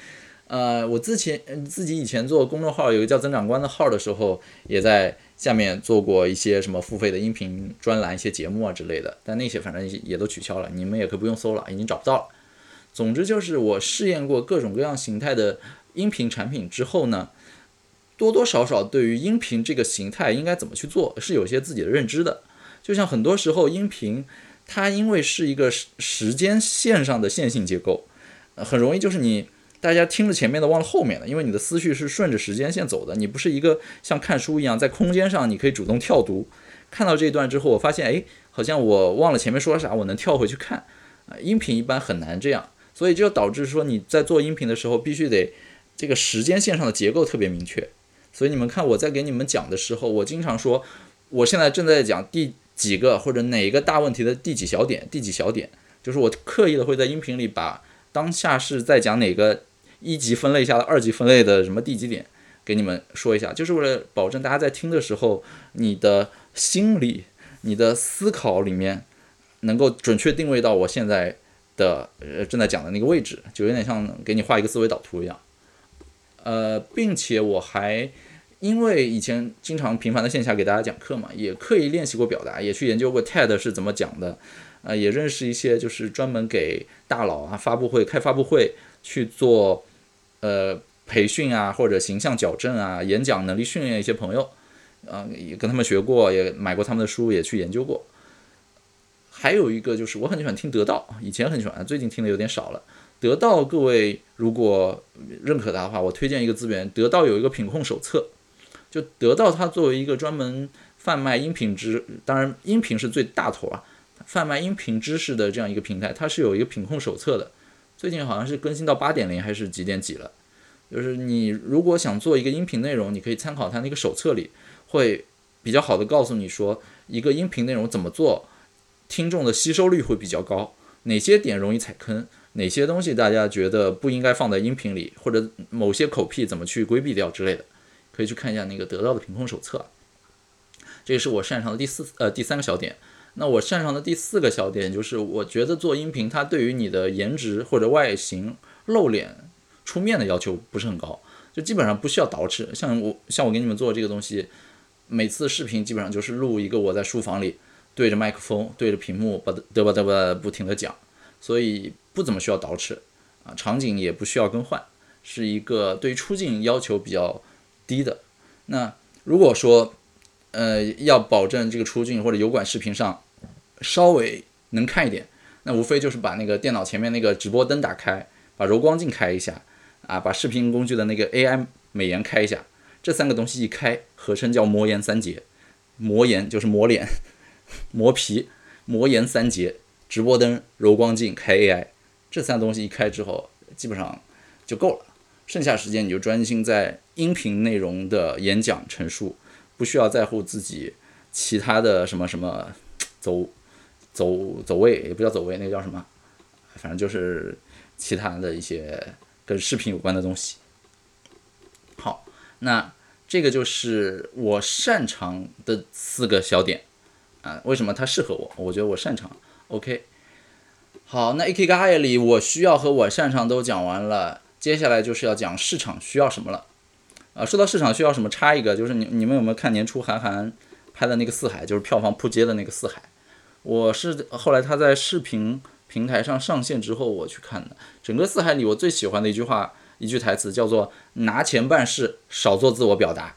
我自己以前做公众号有一个叫增长官的号的时候，也在下面做过一些什么付费的音频专栏、一些节目啊之类的，但那些反正也都取消了，你们也可以不用搜了，已经找不到了。总之就是我试验过各种各样形态的音频产品之后呢，多多少少对于音频这个形态应该怎么去做是有些自己的认知的。就像很多时候音频它因为是一个时间线上的线性结构，很容易就是大家听着前面的忘了后面的，因为你的思绪是顺着时间线走的，你不是一个像看书一样在空间上你可以主动跳读。看到这一段之后，我发现好像我忘了前面说了啥，我能跳回去看。音频一般很难这样，所以就导致说你在做音频的时候必须得这个时间线上的结构特别明确。所以你们看我在给你们讲的时候，我经常说我现在正在讲第几个或者哪一个大问题的第几小点，就是我刻意的会在音频里把当下是在讲哪个一级分类下的二级分类的什么第几点给你们说一下，就是为了保证大家在听的时候，你的心理、你的思考里面能够准确定位到我现在的正在讲的那个位置，就有点像给你画一个思维导图一样。并且我还因为以前经常频繁的线下给大家讲课嘛，也刻意练习过表达，也去研究过 TED 是怎么讲的，也认识一些就是专门给大佬啊开发布会去做培训啊，或者形象矫正啊、演讲能力训练一些朋友，也跟他们学过，也买过他们的书，也去研究过。还有一个就是我很喜欢听得到，以前很喜欢，最近听的有点少了。得到各位如果认可它的话，我推荐一个资源，得到有一个品控手册。就得到它作为一个专门贩卖音频当然音频是最大头啊，贩卖音频知识的这样一个平台，它是有一个品控手册的，最近好像是更新到 8.0 还是几点几了。就是你如果想做一个音频内容，你可以参考它那个手册里，会比较好的告诉你说一个音频内容怎么做，听众的吸收率会比较高，哪些点容易踩坑，哪些东西大家觉得不应该放在音频里，或者某些口癖怎么去规避掉之类的，可以去看一下那个得到的品控手册。这个是我擅长的第三个小点。那我擅长的第4个小点就是我觉得做音频它对于你的颜值或者外形露脸出面的要求不是很高，就基本上不需要捯饬。像我给你们做这个东西，每次视频基本上就是录一个我在书房里对着麦克风对着屏幕不停的讲，所以不怎么需要捯饬啊，场景也不需要更换，是一个对于出镜要求比较低的。那如果说要保证这个出镜或者油管视频上稍微能看一点，那无非就是把那个电脑前面那个直播灯打开，把柔光镜开一下啊，把视频工具的那个 AI 美颜开一下，这3个东西一开，合称叫磨颜3节。磨颜就是磨脸、磨皮，磨颜3节，直播灯、柔光镜、开 AI， 这3东西一开之后，基本上就够了。剩下时间你就专心在音频内容的演讲陈述，不需要在乎自己其他的什么什么走位，也不叫走位，那个叫什么，反正就是其他的一些跟视频有关的东西。好，那这个就是我擅长的4个小点啊，为什么它适合我？我觉得我擅长。OK， 好，那 Ikigai 里我需要和我擅长都讲完了，接下来就是要讲市场需要什么了。说到市场需要什么，插一个，就是你们有没有看年初韩寒拍的那个《四海》，就是票房扑街的那个《四海》？我是后来他在视频平台上上线之后我去看的。整个《四海》里我最喜欢的一句台词叫做"拿钱办事，少做自我表达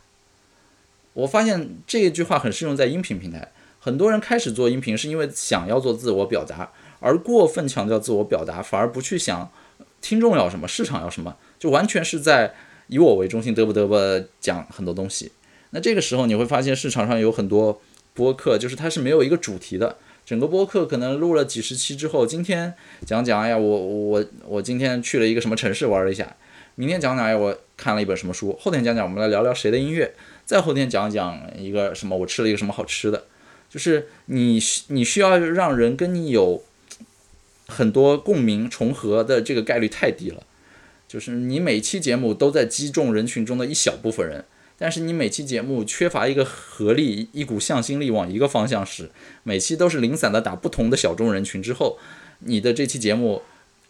"。我发现这一句话很适用在音频平台。很多人开始做音频是因为想要做自我表达，而过分强调自我表达，反而不去想听众要什么，市场要什么，就完全是在以我为中心讲很多东西。那这个时候你会发现市场上有很多播客，就是它是没有一个主题的，整个播客可能录了几十期之后，今天讲哎呀我今天去了一个什么城市玩了一下，明天讲哎呀我看了一本什么书，后天讲我们来聊聊谁的音乐，再后天讲一个什么我吃了一个什么好吃的。就是你需要让人跟你有很多共鸣重合的这个概率太低了，就是你每期节目都在击中人群中的一小部分人，但是你每期节目缺乏一个合力，一股向心力往一个方向使，每期都是零散的打不同的小众人群之后，你的这期节目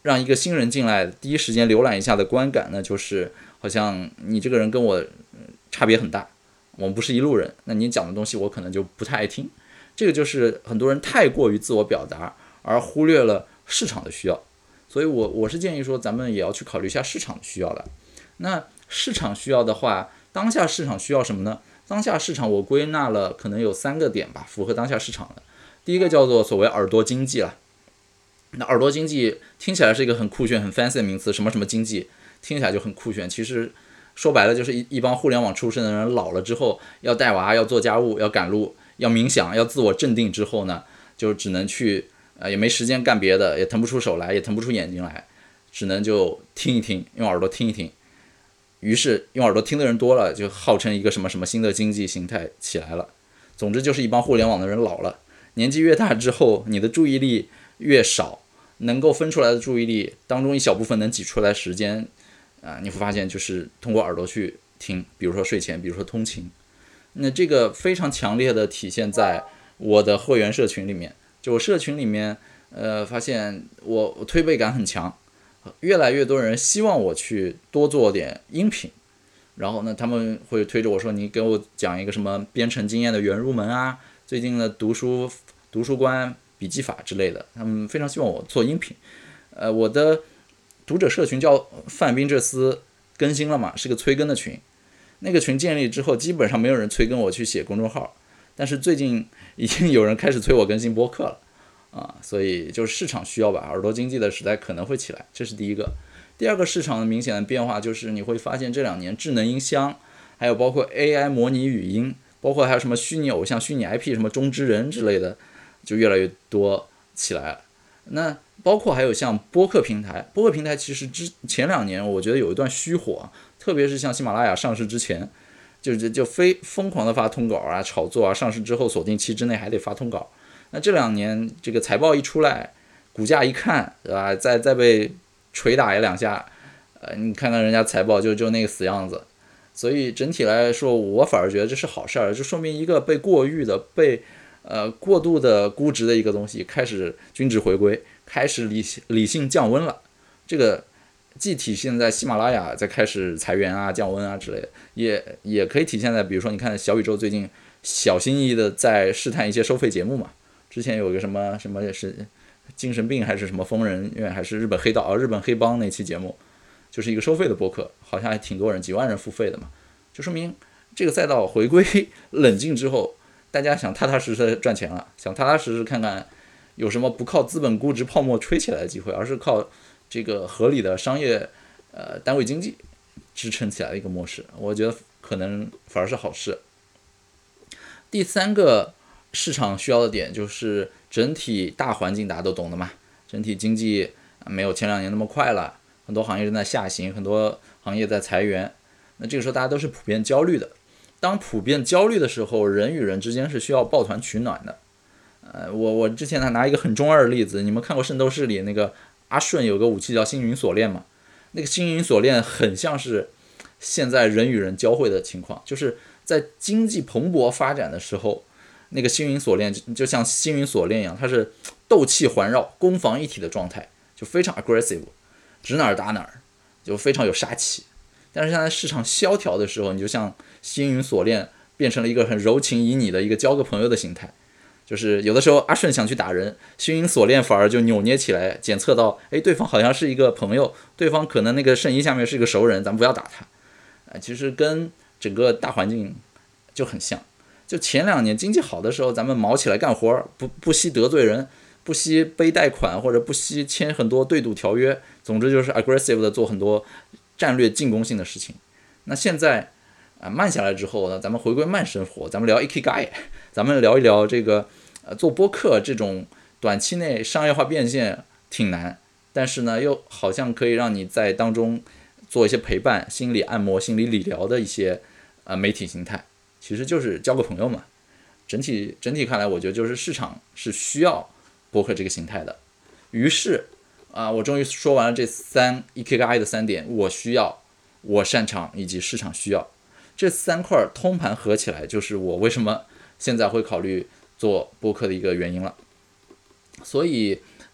让一个新人进来第一时间浏览一下的观感呢，就是好像你这个人跟我差别很大，我们不是一路人，那你讲的东西我可能就不太爱听。这个就是很多人太过于自我表达，而忽略了市场的需要。所以我是建议说，咱们也要去考虑一下市场的需要的。那市场需要的话，当下市场需要什么呢？当下市场我归纳了可能有3个点吧，符合当下市场的。第一个叫做所谓耳朵经济了。那耳朵经济听起来是一个很酷炫、很 fancy 的名词，什么什么经济，听起来就很酷炫。其实说白了就是一帮互联网出身的人老了之后，要带娃、要做家务、要赶路、要冥想、要自我镇定之后呢，就只能去也没时间干别的，也腾不出手来，也腾不出眼睛来，只能就听一听，用耳朵听一听。于是用耳朵听的人多了，就号称一个什么什么新的经济形态起来了。总之就是一帮互联网的人老了，年纪越大之后，你的注意力越少，能够分出来的注意力当中一小部分能挤出来时间你会发现就是通过耳朵去听，比如说睡前，比如说通勤。那这个非常强烈的体现在我的会员社群里面，就我社群里面发现我推背感很强，越来越多人希望我去多做点音频，然后呢他们会推着我说，你给我讲一个什么编程经验的原入门啊，最近的读书观、笔记法之类的，他们非常希望我做音频。我的读者社群叫范宾这斯更新了嘛，是个催更的群。那个群建立之后，基本上没有人催更我去写公众号，但是最近已经有人开始催我更新播客了所以就是市场需要吧，耳朵经济的时代可能会起来，这是第一个。第二个市场的明显的变化就是你会发现这2年智能音箱，还有包括 AI 模拟语音，包括还有什么虚拟偶像、虚拟 IP 什么中之人之类的，就越来越多起来了。那包括还有像播客平台其实前2年我觉得有一段虚火，特别是像喜马拉雅上市之前，就非疯狂的发通稿啊、炒作啊，上市之后锁定期之内还得发通稿。那这2年这个财报一出来，股价一看，对吧？再被捶打1-2下，你看看人家财报就那个死样子。所以整体来说，我反而觉得这是好事儿，就说明一个被过誉的、被过度的估值的一个东西开始均值回归，开始理性降温了。这个既体现在喜马拉雅在开始裁员啊、降温啊之类的，也可以体现在比如说你看小宇宙最近小心翼翼的在试探一些收费节目嘛。之前有一个什么是精神病还是什么疯人院还是日本黑道日本黑帮那期节目，就是一个收费的播客，好像还挺多人，几万人付费的嘛，就说明这个赛道回归冷静之后，大家想踏踏实实赚钱了，想踏踏实实看看有什么不靠资本估值泡沫吹起来的机会，而是靠这个合理的商业单位经济支撑起来的一个模式，我觉得可能反而是好事。第3个市场需要的点就是整体大环境大家都懂的嘛，整体经济没有前2年那么快了，很多行业正在下行，很多行业在裁员，那这个时候大家都是普遍焦虑的。当普遍焦虑的时候，人与人之间是需要抱团取暖的。我之前还拿一个很中二的例子，你们看过《圣斗士》里那个阿顺有个武器叫星云锁链嘛？那个星云锁链很像是现在人与人交汇的情况，就是在经济蓬勃发展的时候，那个星云锁链就像星云锁链一样，它是斗气环绕、攻防一体的状态，就非常 aggressive， 指哪儿打哪儿，就非常有杀气。但是现在市场萧条的时候，你就像星云锁链变成了一个很柔情旖旎的一个交个朋友的形态，就是有的时候阿顺想去打人，星云锁链反而就扭捏起来，检测到对方好像是一个朋友，对方可能那个圣衣下面是一个熟人，咱们不要打他。其实跟整个大环境就很像，就前2年经济好的时候，咱们毛起来干活，不惜得罪人，不惜背贷款，或者不惜签很多对赌条约，总之就是 aggressive 的做很多战略进攻性的事情。那现在慢下来之后呢，咱们回归慢生活，咱们聊 Ikigai， 咱们聊一聊这个做播客这种短期内商业化变现挺难，但是呢又好像可以让你在当中做一些陪伴、心理按摩、心理理疗的一些媒体形态，其实就是交个朋友嘛。整体看来，我觉得就是市场是需要播客这个形态的。于是我终于说完了这Ikigai 的3点，我需要、我擅长以及市场需要，这3块通盘合起来，就是我为什么现在会考虑做播客的一个原因了。所以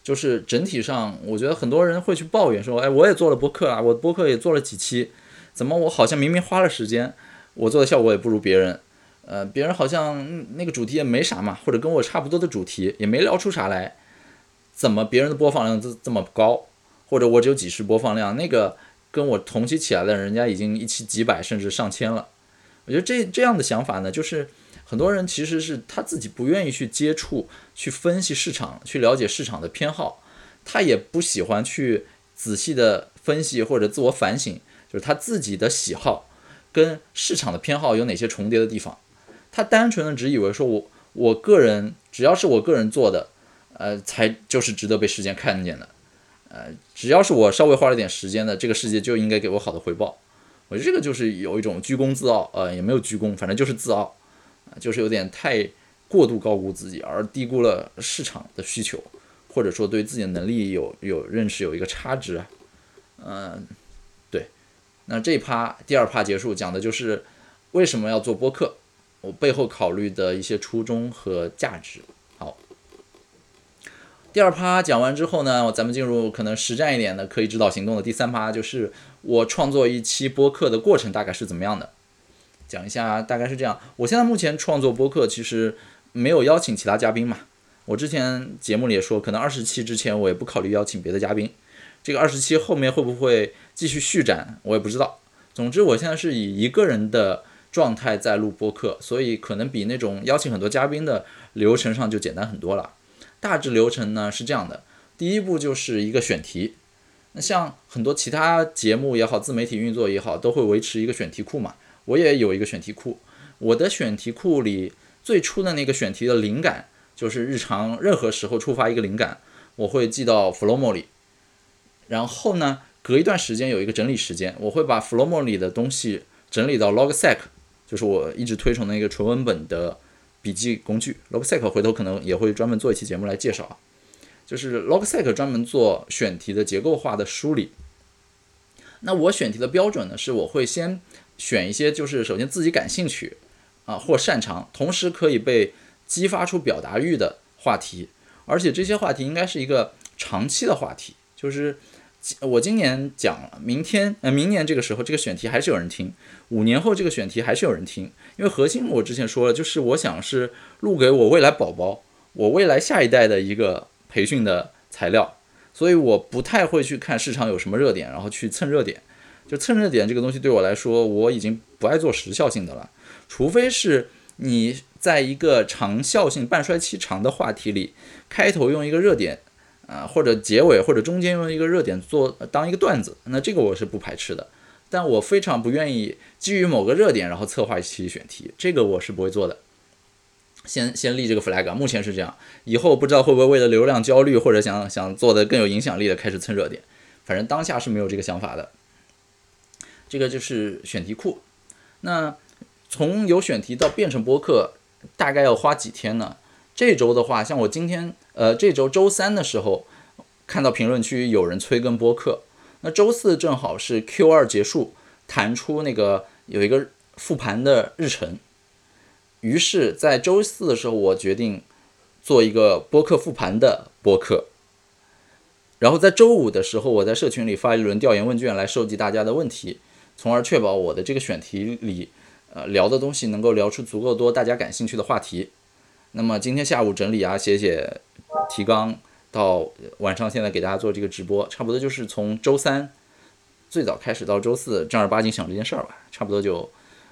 就是整体上我觉得很多人会去抱怨说，哎，我也做了播客啊，我播客也做了几期，怎么我好像明明花了时间，我做的效果也不如别人，别人好像那个主题也没啥嘛，或者跟我差不多的主题也没聊出啥来，怎么别人的播放量这么高，或者我只有几十播放量，那个跟我同期起来的人家已经一期几百甚至上千了。我觉得这样的想法呢，就是很多人其实是他自己不愿意去接触、去分析市场、去了解市场的偏好，他也不喜欢去仔细的分析或者自我反省，就是他自己的喜好跟市场的偏好有哪些重叠的地方。他单纯的只以为说我个人只要是我个人做的，才就是值得被世界看见的，只要是我稍微花了点时间的，这个世界就应该给我好的回报。我觉得这个就是有一种居功自傲，也没有居功，反正就是自傲，就是有点太过度高估自己，而低估了市场的需求，或者说对自己的能力有认识有一个差值啊。对。那这一趴第二趴结束，讲的就是为什么要做播客，我背后考虑的一些初衷和价值。好，第二趴讲完之后呢，咱们进入可能实战一点的可以指导行动的第三趴，就是我创作一期播客的过程大概是怎么样的。讲一下大概是这样，我现在目前创作播客其实没有邀请其他嘉宾嘛，我之前节目里也说，可能20期之前我也不考虑邀请别的嘉宾，这个20期后面会不会继续续展我也不知道。总之我现在是以一个人的状态在录播客，所以可能比那种邀请很多嘉宾的流程上就简单很多了。大致流程呢是这样的，第一步就是一个选题，那像很多其他节目也好，自媒体运作也好，都会维持一个选题库嘛，我也有一个选题库。我的选题库里最初的那个选题的灵感，就是日常任何时候触发一个灵感，我会记到 Flomo 里，然后呢隔一段时间有一个整理时间，我会把 Flomo 里的东西整理到 Logseq， 就是我一直推崇的一个纯文本的笔记工具。 Logseq 回头可能也会专门做一期节目来介绍，就是 Logseq 专门做选题的结构化的梳理。那我选题的标准呢，是我会先选一些就是首先自己感兴趣或擅长，同时可以被激发出表达欲的话题，而且这些话题应该是一个长期的话题，就是我今年讲了，明年这个时候这个选题还是有人听，5年后这个选题还是有人听，因为核心我之前说了，就是我想是录给我未来宝宝，我未来下一代的一个培训的材料，所以我不太会去看市场有什么热点，然后去蹭热点。就蹭热点这个东西对我来说，我已经不爱做时效性的了，除非是你在一个长效性半衰期长的话题里，开头用一个热点或者结尾或者中间用一个热点当一个段子，那这个我是不排斥的。但我非常不愿意基于某个热点然后策划一期选题，这个我是不会做的。先立这个 flag， 目前是这样，以后不知道会不会为了流量焦虑或者想做的更有影响力的开始蹭热点，反正当下是没有这个想法的。这个就是选题库。那从有选题到变成播客大概要花几天呢？这周的话，像我今天这周周三的时候看到评论区有人催更播客，那周四正好是 Q2 结束，弹出那个有一个复盘的日程，于是在周四的时候我决定做一个播客复盘的播客，然后在周五的时候我在社群里发一轮调研问卷来收集大家的问题，从而确保我的这个选题里聊的东西能够聊出足够多大家感兴趣的话题。那么今天下午整理写提纲，到晚上现在给大家做这个直播，差不多就是从周三最早开始到周四正儿八经想这件事儿吧，差不多就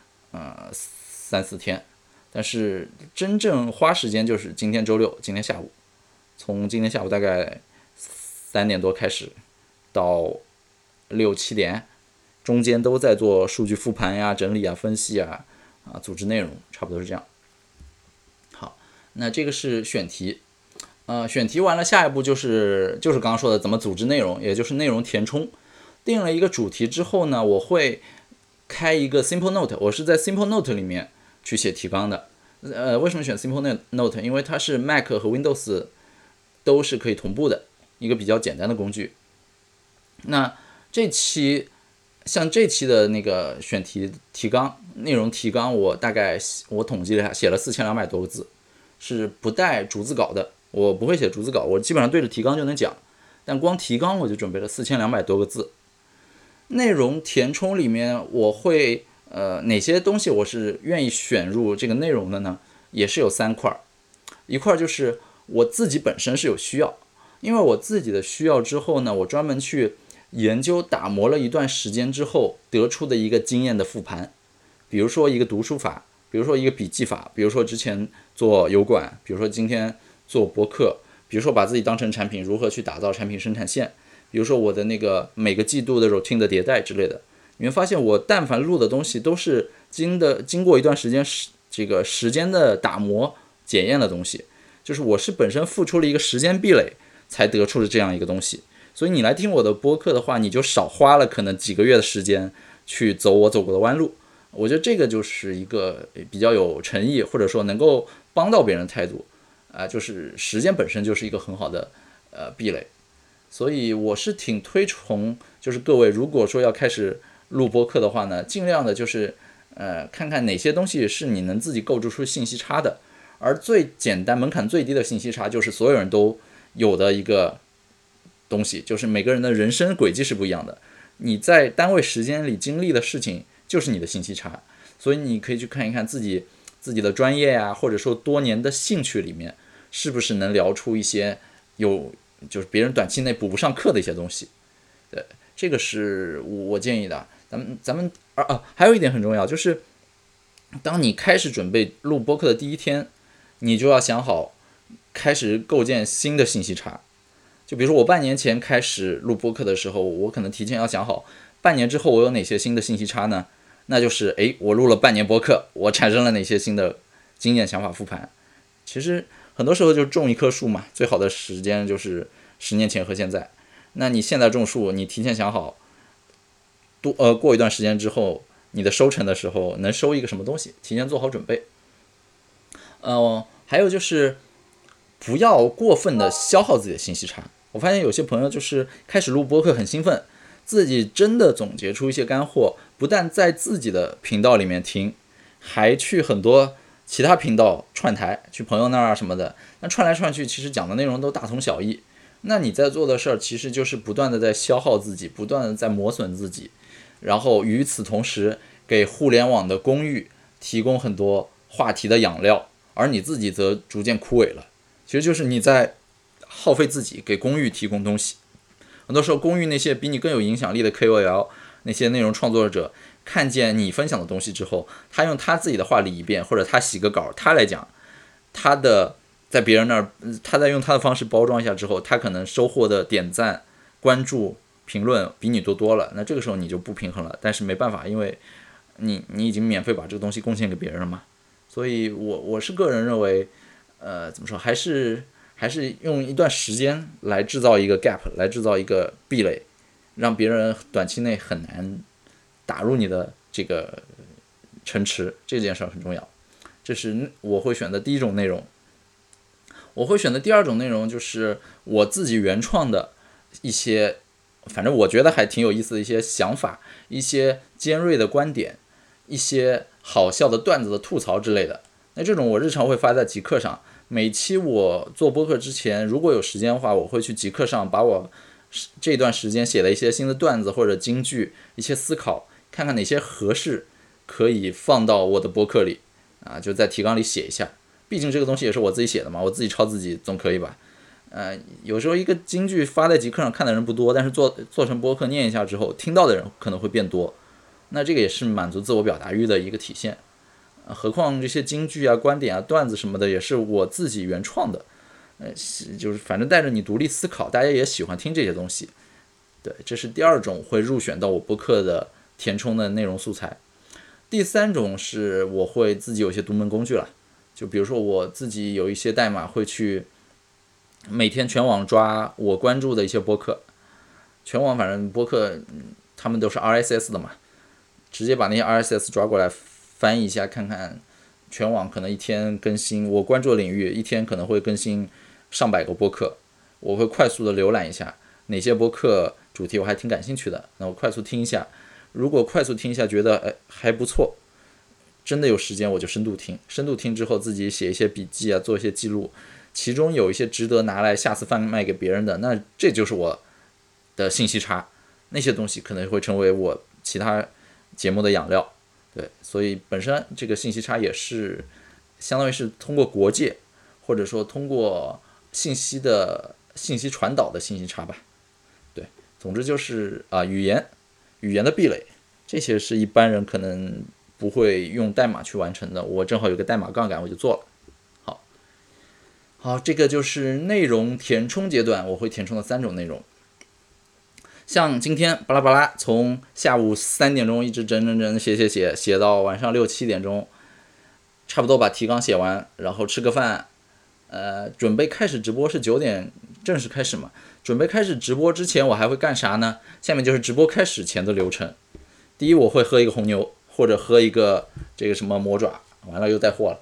3-4天。但是真正花时间就是今天周六，今天下午，从今天下午大概3点多开始到6-7点，中间都在做数据复盘呀、整理啊、分析啊、组织内容，差不多是这样。好，那这个是选题，选题完了，下一步就是刚刚说的怎么组织内容，也就是内容填充。定了一个主题之后呢，我会开一个 Simple Note， 我是在 Simple Note 里面去写提纲的。为什么选 Simple Note？ 因为它是 Mac 和 Windows 都是可以同步的一个比较简单的工具。那像这期的那个选题提纲内容提纲，我统计了一下，写了4200多个字，是不带逐字稿的。 我不会写逐字稿，我基本上对着提纲就能讲，但光提纲我就准备了4200多个字。内容填充里面我会哪些东西我是愿意选入这个内容的呢？也是有3块，一块就是我自己本身是有需要，因为我自己的需要之后呢，我专门去研究打磨了一段时间之后得出的一个经验的复盘，比如说一个读书法，比如说一个笔记法，比如说之前做油管，比如说今天做博客，比如说把自己当成产品，如何去打造产品生产线，比如说我的那个每个季度的 routine 的迭代之类的。你会发现我但凡录的东西都是经过一段时间这个时间的打磨检验的东西，就是我是本身付出了一个时间壁垒才得出了这样一个东西。所以你来听我的播客的话，你就少花了可能几个月的时间去走我走过的弯路。我觉得这个就是一个比较有诚意，或者说能够帮到别人的态度就是时间本身就是一个很好的壁垒。所以我是挺推崇，就是各位如果说要开始录播客的话呢，尽量的就是看看哪些东西是你能自己构筑出信息差的，而最简单门槛最低的信息差就是所有人都有的一个东西，就是每个人的人生轨迹是不一样的，你在单位时间里经历的事情就是你的信息差，所以你可以去看一看自己的专业呀，或者说多年的兴趣里面是不是能聊出一些就是别人短期内补不上课的一些东西。对，这个是我建议的。咱们还有一点很重要，就是当你开始准备录播客的第一天，你就要想好开始构建新的信息差。就比如说我半年前开始录播客的时候，我可能提前要想好半年之后我有哪些新的信息差呢？那就是我录了半年播客，我产生了哪些新的经验想法复盘。其实很多时候就是种一棵树嘛，最好的时间就是10年前和现在。那你现在种树，你提前想好过一段时间之后你的收成的时候能收一个什么东西，提前做好准备。还有就是不要过分的消耗自己的信息差。我发现有些朋友就是开始录播客很兴奋，自己真的总结出一些干货，不但在自己的频道里面听，还去很多其他频道串台，去朋友那儿什么的，那串来串去其实讲的内容都大同小异。那你在做的事儿其实就是不断的在消耗自己，不断的在磨损自己，然后与此同时给互联网的公域提供很多话题的养料，而你自己则逐渐枯萎了。其实就是你在耗费自己给公域提供东西。很多时候公域那些比你更有影响力的 KOL， 那些内容创作者看见你分享的东西之后，他用他自己的话理一遍，或者他洗个稿他来讲，他的在别人那儿他在用他的方式包装一下之后，他可能收获的点赞关注评论比你多了，那这个时候你就不平衡了。但是没办法，因为你已经免费把这个东西贡献给别人了嘛。所以我是个人认为怎么说，还是用一段时间来制造一个 gap， 来制造一个壁垒，让别人短期内很难打入你的这个城池，这件事很重要。这是我会选的第一种内容。我会选的第二种内容就是我自己原创的一些，反正我觉得还挺有意思的一些想法，一些尖锐的观点，一些好笑的段子的吐槽之类的。那这种我日常会发在极客上，每期我做播客之前，如果有时间的话，我会去极客上把我这段时间写的一些新的段子或者金句，一些思考，看看哪些合适可以放到我的播客里就在提纲里写一下。毕竟这个东西也是我自己写的嘛，我自己抄自己总可以吧。有时候一个金句发在极客上看的人不多，但是做成播客念一下之后，听到的人可能会变多，那这个也是满足自我表达欲的一个体现。何况这些金句啊、观点啊、段子什么的也是我自己原创的，就是反正带着你独立思考，大家也喜欢听这些东西。对，这是第二种会入选到我播客的填充的内容素材。第三种是我会自己有一些独门工具了，就比如说我自己有一些代码会去每天全网抓我关注的一些播客，全网反正播客他们都是 RSS 的嘛，直接把那些 RSS 抓过来翻译一下，看看全网可能一天更新我关注的领域，一天可能会更新上百个播客，我会快速的浏览一下哪些播客主题我还挺感兴趣的，那我快速听一下，如果快速听一下觉得还不错，真的有时间我就深度听之后自己写一些笔记啊，做一些记录， 其中有一些值得拿来下次贩卖给别人的，那这就是我的信息差，那些东西可能会成为我其他节目的养料。对，所以本身这个信息差也是相当于是通过国界，或者说通过信息传导的信息差吧。对，总之就是语言的壁垒，这些是一般人可能不会用代码去完成的，我正好有个代码杠杆，我就做了。好，这个就是内容填充阶段，我会填充的3种内容。像今天巴拉巴拉从下午3点钟一直整写到晚上6、7点钟，差不多把提纲写完，然后吃个饭，准备开始直播是9点正式开始嘛。准备开始直播之前我还会干啥呢？下面就是直播开始前的流程。第一，我会喝一个红牛，或者喝一个这个什么魔爪，完了又带货了。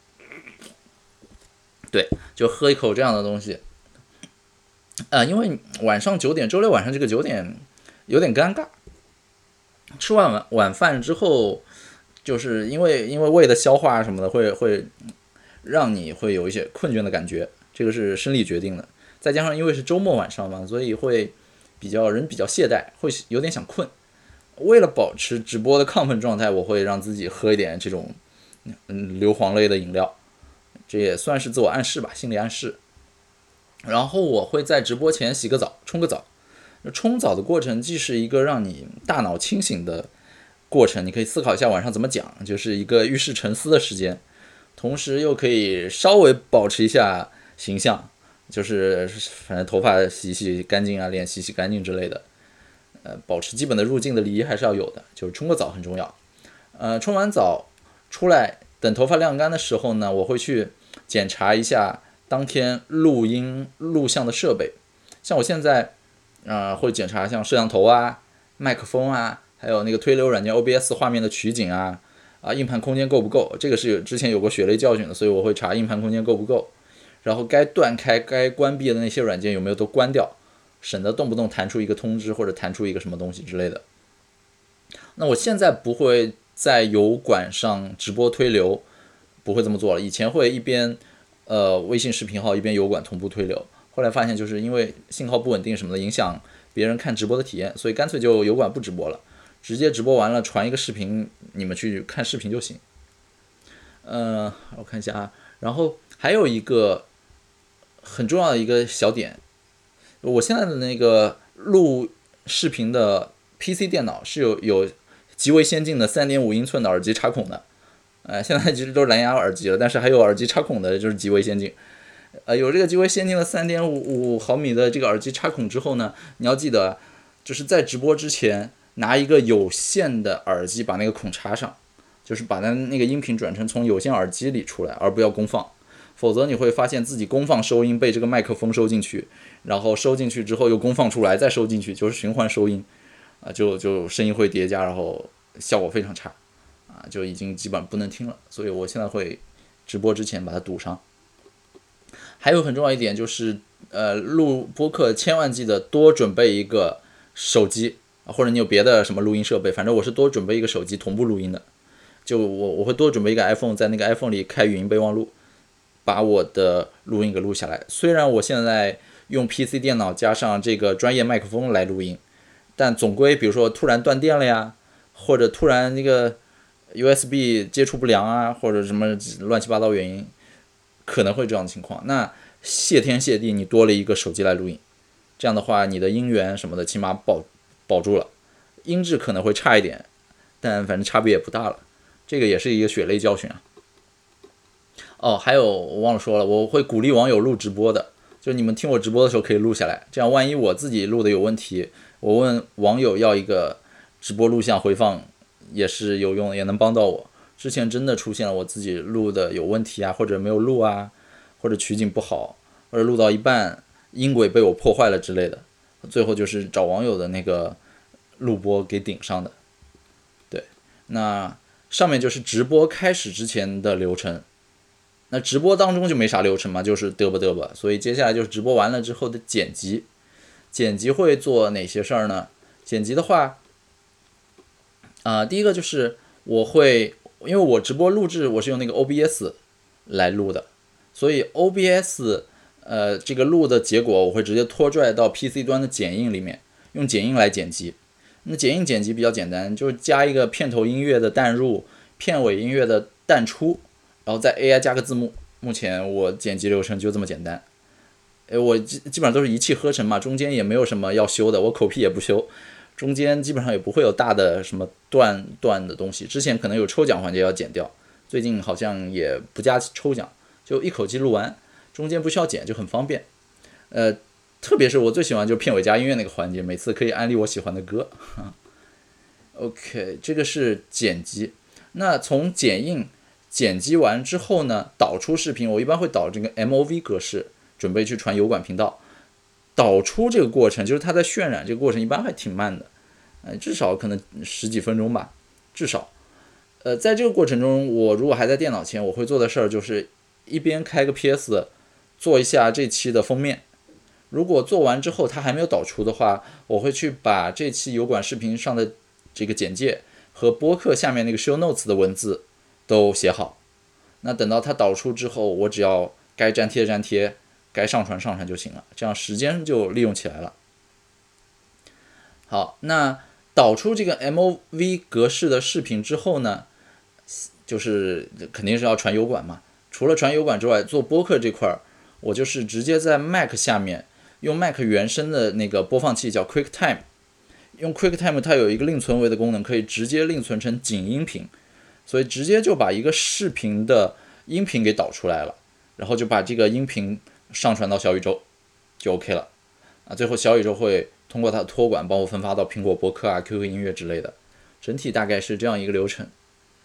对，就喝一口这样的东西。因为晚上9点，周六晚上这个9点有点尴尬。吃完晚饭之后，就是因为胃的消化什么的会让你会有一些困倦的感觉，这个是生理决定的。再加上因为是周末晚上嘛，所以会人比较懈怠，会有点想困。为了保持直播的亢奋状态，我会让自己喝一点这种硫磺类的饮料。这也算是自我暗示吧，心理暗示。然后我会在直播前洗个澡，冲个澡。冲澡的过程既是一个让你大脑清醒的过程，你可以思考一下晚上怎么讲，就是一个浴室沉思的时间，同时又可以稍微保持一下形象，就是反正头发洗干净啊，脸洗干净之类的，保持基本的入镜的礼仪还是要有的，就是冲个澡很重要。冲完澡出来，等头发晾干的时候呢，我会去检查一下当天录像的设备。像我现在会检查像摄像头啊、麦克风啊，还有那个推流软件 OBS 画面的取景硬盘空间够不够，这个是之前有过血泪教训的，所以我会查硬盘空间够不够，然后该断开该关闭的那些软件有没有都关掉，省得动不动弹出一个通知或者弹出一个什么东西之类的。那我现在不会在油管上直播推流，不会这么做了。以前会一边微信视频号一边油管同步推流，后来发现就是因为信号不稳定什么的，影响别人看直播的体验，所以干脆就油管不直播了，直接直播完了传一个视频，你们去看视频就行。我看一下啊，然后还有一个很重要的一个小点，我现在的那个录视频的 PC 电脑是有极为先进的 3.5 英寸的耳机插孔的。现在其实都是蓝牙耳机了，但是还有耳机插孔的，就是极为先进。有这个极为先进的 3.5 毫米的这个耳机插孔之后呢，你要记得就是在直播之前拿一个有线的耳机把那个孔插上，就是把那个音频转成从有线耳机里出来，而不要公放，否则你会发现自己公放收音被这个麦克风收进去，然后收进去之后又公放出来，再收进去，就是循环收音就声音会叠加，然后效果非常差就已经基本上不能听了，所以我现在会直播之前把它堵上。还有很重要一点就是，录播客千万记得多准备一个手机，或者你有别的什么录音设备，反正我是多准备一个手机同步录音的。就我会多准备一个 iPhone， 在那个 iPhone 里开语音备忘录，把我的录音给录下来。虽然我现在用 PC 电脑加上这个专业麦克风来录音，但总归比如说突然断电了呀，或者突然那个 USB 接触不良啊，或者什么乱七八糟原因，可能会这样的情况。那谢天谢地你多了一个手机来录音，这样的话你的音源什么的起码保住了，音质可能会差一点，但反正差别也不大了。这个也是一个血泪教训啊。还有我忘了说了，我会鼓励网友录直播的，就是你们听我直播的时候可以录下来，这样万一我自己录的有问题，我问网友要一个直播录像回放也是有用的，也能帮到我。之前真的出现了我自己录的有问题啊，或者没有录啊，或者取景不好，或者录到一半音轨被我破坏了之类的，最后就是找网友的那个录播给顶上的。对，那上面就是直播开始之前的流程，那直播当中就没啥流程嘛，就是嘚吧，所以接下来就是直播完了之后的剪辑。剪辑会做哪些事儿呢？剪辑的话第一个就是我会，因为我直播录制我是用那个 OBS 来录的， 所以 OBS 这个录的结果我会直接拖拽到 PC 端的剪映里面，用剪映来剪辑。那剪映剪辑比较简单，就是加一个片头音乐的淡入，片尾音乐的淡出，然后再 AI 加个字幕。目前我剪辑流程就这么简单。我基本上都是一气呵成嘛，中间也没有什么要修的，我口癖也不修，中间基本上也不会有大的什么断的东西。之前可能有抽奖环节要剪掉，最近好像也不加抽奖，就一口气录完，中间不需要剪，就很方便。特别是我最喜欢就是片尾加音乐那个环节，每次可以安利我喜欢的歌。OK， 这个是剪辑。那从剪映剪辑完之后呢，导出视频，我一般会导这个 MOV 格式，准备去传油管频道。导出这个过程，就是它在渲染这个过程，一般还挺慢的，至少可能10几分钟吧，至少。在这个过程中，我如果还在电脑前，我会做的事儿就是一边开个 PS， 做一下这期的封面。如果做完之后它还没有导出的话，我会去把这期油管视频上的这个简介和播客下面那个 show notes 的文字都写好。那等到它导出之后，我只要该粘贴粘贴，该上传上传就行了，这样时间就利用起来了。好，那导出这个 MOV 格式的视频之后呢，就是肯定是要传油管嘛。除了传油管之外，做播客这块我就是直接在 Mac 下面用 Mac 原生的那个播放器叫 QuickTime， 用 QuickTime 它有一个另存为的功能，可以直接另存成仅音频，所以直接就把一个视频的音频给导出来了，然后就把这个音频上传到小宇宙就 OK 了。最后小宇宙会通过它的托管帮我分发到苹果播客啊、QQ 音乐之类的，整体大概是这样一个流程。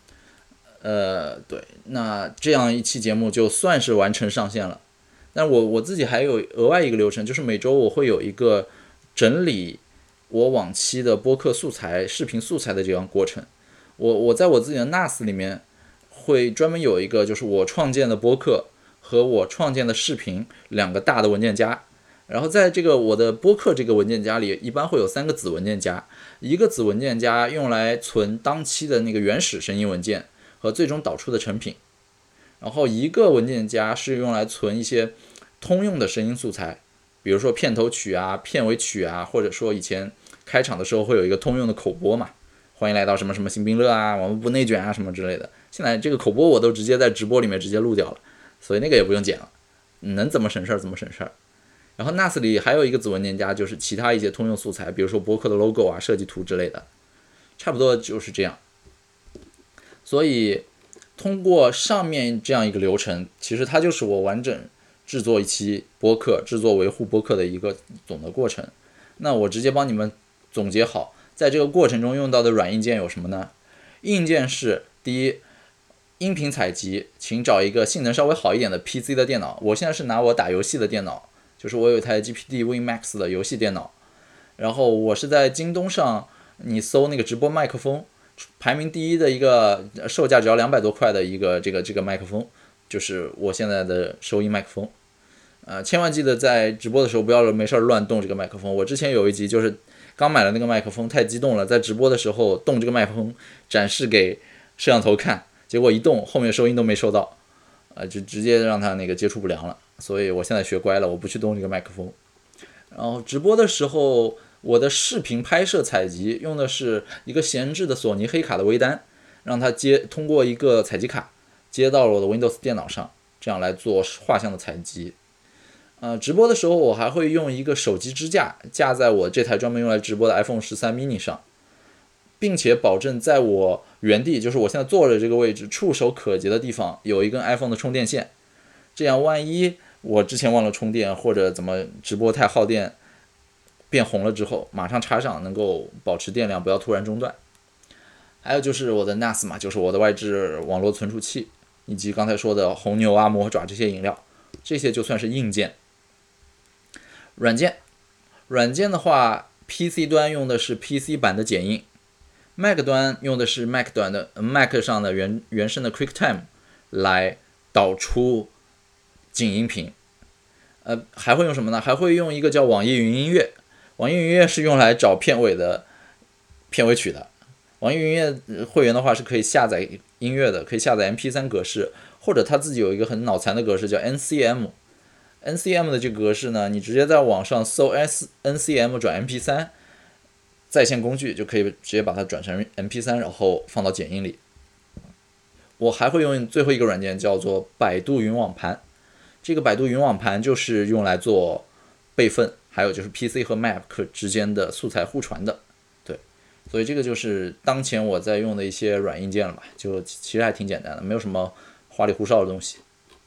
对，那这样一期节目就算是完成上线了。但我自己还有额外一个流程，就是每周我会有一个整理我往期的播客素材、视频素材的这样过程。我在我自己的 NAS 里面会专门有一个，就是我创建的播客和我创建的视频2个大的文件夹。然后在这个我的播客这个文件夹里，一般会有3个子文件夹，一个子文件夹用来存当期的那个原始声音文件和最终导出的成品，然后一个文件夹是用来存一些通用的声音素材，比如说片头曲啊、片尾曲啊，或者说以前开场的时候会有一个通用的口播嘛，欢迎来到什么什么新兵乐啊，我们不内卷啊什么之类的。现在这个口播我都直接在直播里面直接录掉了，所以那个也不用剪了，能怎么省事儿怎么省事儿。然后 NAS 里还有一个子文件夹，就是其他一些通用素材，比如说播客的 logo 啊、设计图之类的，差不多就是这样。所以通过上面这样一个流程，其实它就是我完整制作一期播客、制作维护播客的一个总的过程。那我直接帮你们总结好，在这个过程中用到的软硬件有什么呢？硬件是第一，音频采集，请找一个性能稍微好一点的 PC 的电脑。我现在是拿我打游戏的电脑，就是我有一台 GPD WinMax 的游戏电脑，然后我是在京东上你搜那个直播麦克风，排名第一的一个售价只要200多块的一个这个麦克风，就是我现在的收音麦克风。千万记得在直播的时候不要没事乱动这个麦克风。我之前有一集就是刚买了那个麦克风，太激动了，在直播的时候动这个麦克风展示给摄像头看，结果一动后面收音都没收到，就直接让它那个接触不良了。所以我现在学乖了，我不去动这个麦克风。然后直播的时候，我的视频拍摄采集用的是一个闲置的索尼黑卡的微单，让它通过一个采集卡接到了我的 Windows 电脑上，这样来做画像的采集。直播的时候我还会用一个手机支架架在我这台专门用来直播的 iPhone 13 mini 上，并且保证在我原地，就是我现在坐的这个位置触手可及的地方有一根 iPhone 的充电线，这样万一我之前忘了充电或者怎么直播太耗电变红了之后马上插上，能够保持电量不要突然中断。还有就是我的 NAS 嘛，就是我的外置网络存储器，以及刚才说的红牛啊、魔爪这些饮料，这些就算是硬件。软件的话 PC 端用的是 PC 版的剪映， Mac 端用的是 Mac 上的原生的 QuickTime 来导出仅音频。还会用什么呢？还会用一个叫网易云音乐，网易云音乐是用来找片尾曲的。网易云音乐会员的话是可以下载音乐的，可以下载 MP3 格式， 或者他自己有一个很脑残的格式叫 NCM。NCM 的这个格式呢，你直接在网上搜 NCM 转 MP3，在线工具就可以直接把它转成 MP3，然后放到剪映里。我还会用最后一个软件叫做百度云网盘，这个百度云网盘就是用来做备份，还有就是 PC 和 Mac 之间的素材互传的。对，所以这个就是当前我在用的一些软硬件了吧，就其实还挺简单的，没有什么花里胡哨的东西。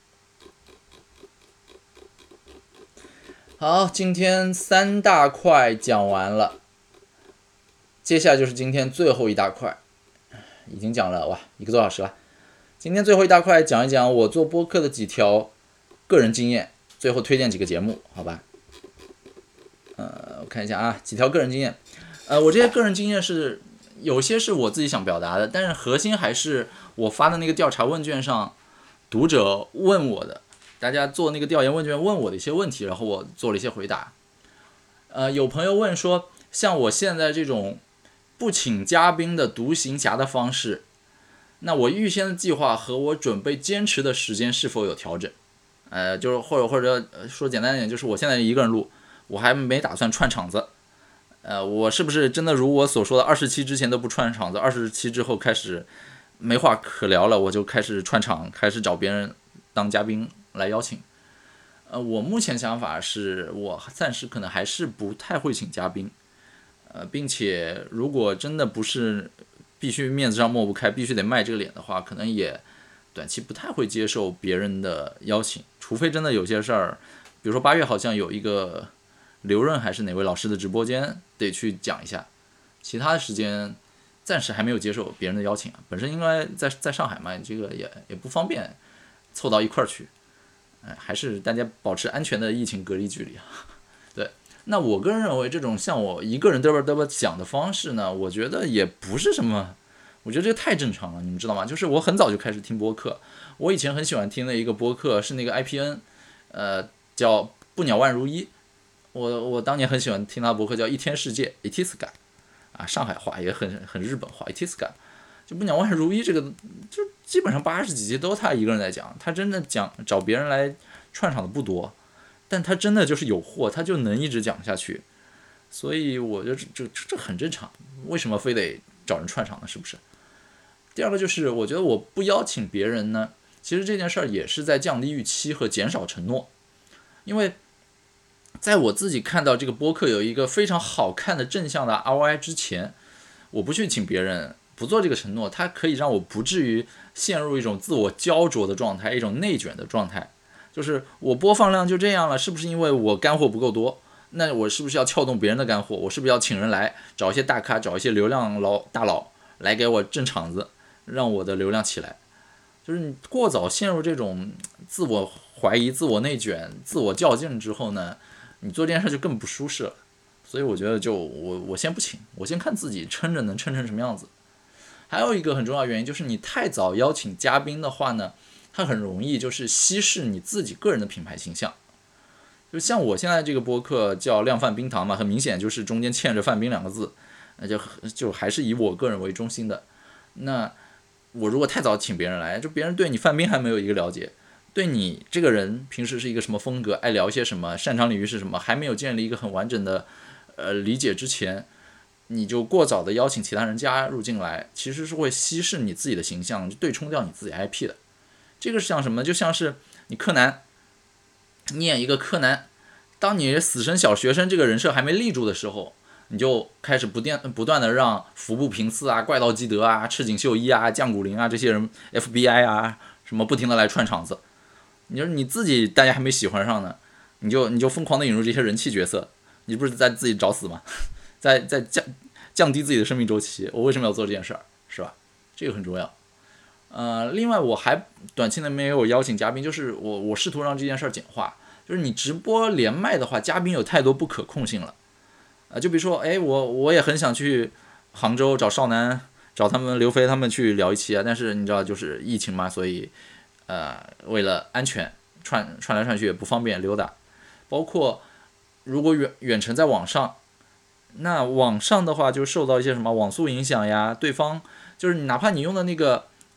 好，今天3大块讲完了，接下来就是今天最后一大块，已经讲了1个多小时了。今天最后一大块讲一讲我做播客的几条个人经验，最后推荐几个节目，好吧？我看一下啊，几条个人经验。我这些个人经验是有些是我自己想表达的，但是核心还是我发的那个调查问卷上读者问我的，大家做那个调研问卷问我的一些问题，然后我做了一些回答。有朋友问说，像我现在这种不请嘉宾的独行侠的方式，那我预先的计划和我准备坚持的时间是否有调整？就是或者说简单一点，就是我现在一个人录，我还没打算串场子。我是不是真的如我所说的20期之前都不串场子，20期之后开始没话可聊了，我就开始串场，开始找别人当嘉宾来邀请？我目前想法是我暂时可能还是不太会请嘉宾，并且如果真的不是必须面子上抹不开，必须得卖这个脸的话，可能也短期不太会接受别人的邀请，除非真的有些事儿，比如说8月好像有一个刘润还是哪位老师的直播间得去讲一下，其他的时间暂时还没有接受别人的邀请啊。本身应该在上海嘛，这个也不方便凑到一块儿去，还是大家保持安全的疫情隔离距离啊。对，那我个人认为这种像我一个人嘚啵讲的方式呢，我觉得也不是什么，我觉得这太正常了，你们知道吗？就是我很早就开始听播客，我以前很喜欢听的一个播客是那个 IPN，叫不鸟万如一。我当年很喜欢听他的播客叫一天世界 Itiska 啊，上海话也很日本话 Itiska， 就不鸟万如一这个就基本上80几集都他一个人在讲，他真的找别人来串场的不多，但他真的就是有货，他就能一直讲下去，所以我觉得这很正常，为什么非得找人串场呢？是不是？第二个就是我觉得我不邀请别人呢，其实这件事儿也是在降低预期和减少承诺，因为在我自己看到这个播客有一个非常好看的正向的 ROI 之前，我不去请别人，不做这个承诺，它可以让我不至于陷入一种自我焦灼的状态，一种内卷的状态。就是我播放量就这样了，是不是因为我干货不够多？那我是不是要撬动别人的干货？我是不是要请人来找一些大咖，找一些流量大佬来给我挣场子，让我的流量起来？就是你过早陷入这种自我怀疑、自我内卷、自我较劲之后呢，你做这件事就更不舒适了。所以我觉得就我先不请，我先看自己撑着能撑成什么样子。还有一个很重要的原因就是你太早邀请嘉宾的话呢，它很容易就是稀释你自己个人的品牌形象。就像我现在这个播客叫量贩冰糖嘛，很明显就是中间嵌着范冰2个字，那就还是以我个人为中心的。那我如果太早请别人来，就别人对你范冰还没有一个了解，对你这个人平时是一个什么风格，爱聊些什么，擅长领域是什么，还没有建立一个很完整的理解之前，你就过早的邀请其他人加入进来，其实是会稀释你自己的形象，对冲掉你自己 IP 的。这个是像什么？就像是你柯南，你演一个柯南，当你死神小学生这个人设还没立住的时候，你就开始不断的让服部平次啊、怪盗基德啊、赤井秀一啊、降谷零啊这些人 FBI 啊什么不停的来串场子。你说你自己大家还没喜欢上呢，你就疯狂的引入这些人气角色，你不是在自己找死吗？在降低自己的生命周期。我为什么要做这件事儿，是吧？这个很重要。另外我还短期内没有邀请嘉宾，就是我试图让这件事儿简化。就是你直播连麦的话，嘉宾有太多不可控性了。就比如说，我也很想去杭州找少南，找他们刘飞他们去聊一期啊，但是你知道就是疫情嘛，所以为了安全串来串去也不方便溜达。包括如果远程在网上，那网上的话就受到一些什么网速影响呀，对方就是哪怕你用的那个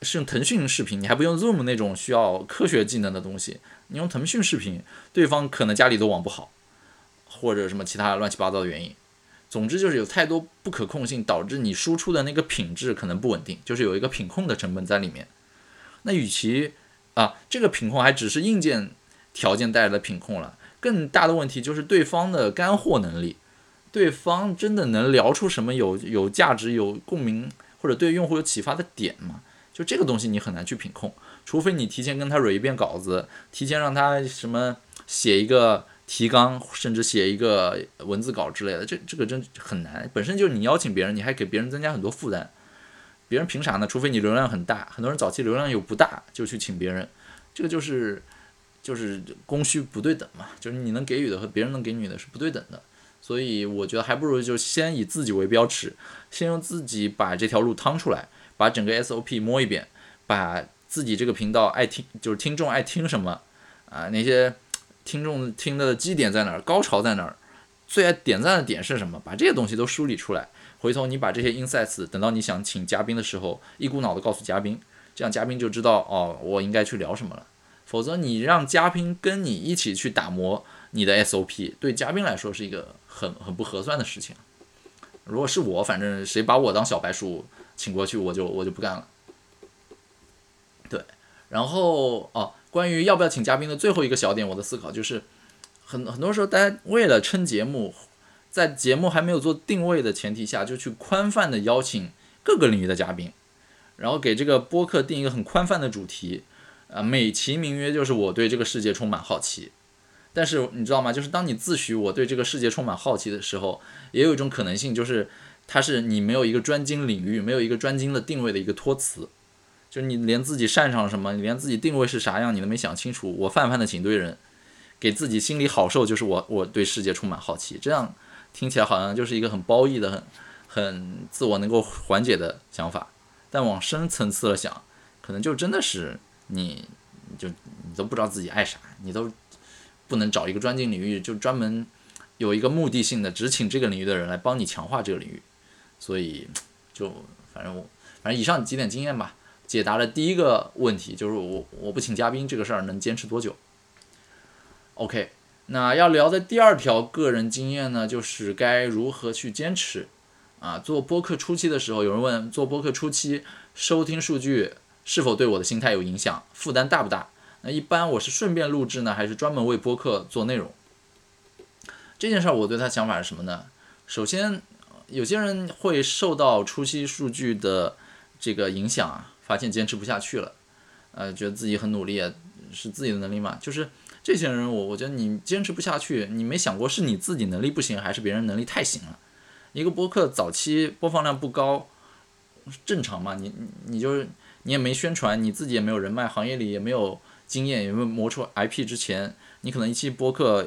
是用腾讯视频，你还不用 Zoom 那种需要科学技能的东西，你用腾讯视频，对方可能家里都网不好，或者什么其他乱七八糟的原因。总之就是有太多不可控性，导致你输出的那个品质可能不稳定，就是有一个品控的成本在里面。那与其这个品控还只是硬件条件带来的品控了，更大的问题就是对方的干货能力，对方真的能聊出什么有价值、有共鸣或者对用户有启发的点吗？就这个东西你很难去品控，除非你提前跟他蕊一遍稿子，提前让他什么写一个提纲，甚至写一个文字稿之类的，这个真很难。本身就是你邀请别人，你还给别人增加很多负担，别人凭啥呢？除非你流量很大，很多人早期流量又不大，就去请别人，这个就是供需不对等嘛，就是你能给予的和别人能给予的是不对等的。所以我觉得还不如就先以自己为标尺，先用自己把这条路趟出来，把整个 SOP 摸一遍，把自己这个频道爱听，就是听众爱听什么那些听众听的基点在哪儿，高潮在哪儿，最爱点赞的点是什么，把这些东西都梳理出来。回头你把这些 insights 等到你想请嘉宾的时候，一股脑的告诉嘉宾，这样嘉宾就知道我应该去聊什么了。否则你让嘉宾跟你一起去打磨你的 SOP， 对嘉宾来说是一个很不合算的事情。如果是我，反正谁把我当小白鼠请过去，我就不干了。对，然后关于要不要请嘉宾的最后一个小点，我的思考就是很多时候大家为了撑节目，在节目还没有做定位的前提下，就去宽泛的邀请各个领域的嘉宾，然后给这个播客定一个很宽泛的主题，美其名曰就是我对这个世界充满好奇。但是你知道吗？就是当你自诩我对这个世界充满好奇的时候，也有一种可能性，就是它是你没有一个专精领域，没有一个专精的定位的一个托词，就是你连自己擅长什么，你连自己定位是啥样，你都没想清楚。我泛泛的请对人，给自己心里好受，就是我对世界充满好奇，这样听起来好像就是一个很褒义的、很自我能够缓解的想法。但往深层次了想，可能就真的是你都不知道自己爱啥，你都不能找一个专精领域，就专门有一个目的性的只请这个领域的人来帮你强化这个领域。所以就反正以上几点经验吧，解答了第一个问题，就是我不请嘉宾这个事儿能坚持多久。OK， 那要聊的第二条个人经验呢，就是该如何去坚持做播客初期的时候，有人问做播客初期收听数据是否对我的心态有影响，负担大不大？那一般我是顺便录制呢，还是专门为播客做内容？这件事我对他想法是什么呢？首先，有些人会受到初期数据的这个影响发现坚持不下去了，觉得自己很努力是自己的能力嘛？就是这些人我觉得你坚持不下去，你没想过是你自己能力不行，还是别人能力太行了？一个播客早期播放量不高，正常嘛？你也没宣传，你自己也没有人脉，行业里也没有经验，也没有磨出 IP 之前，你可能一期播客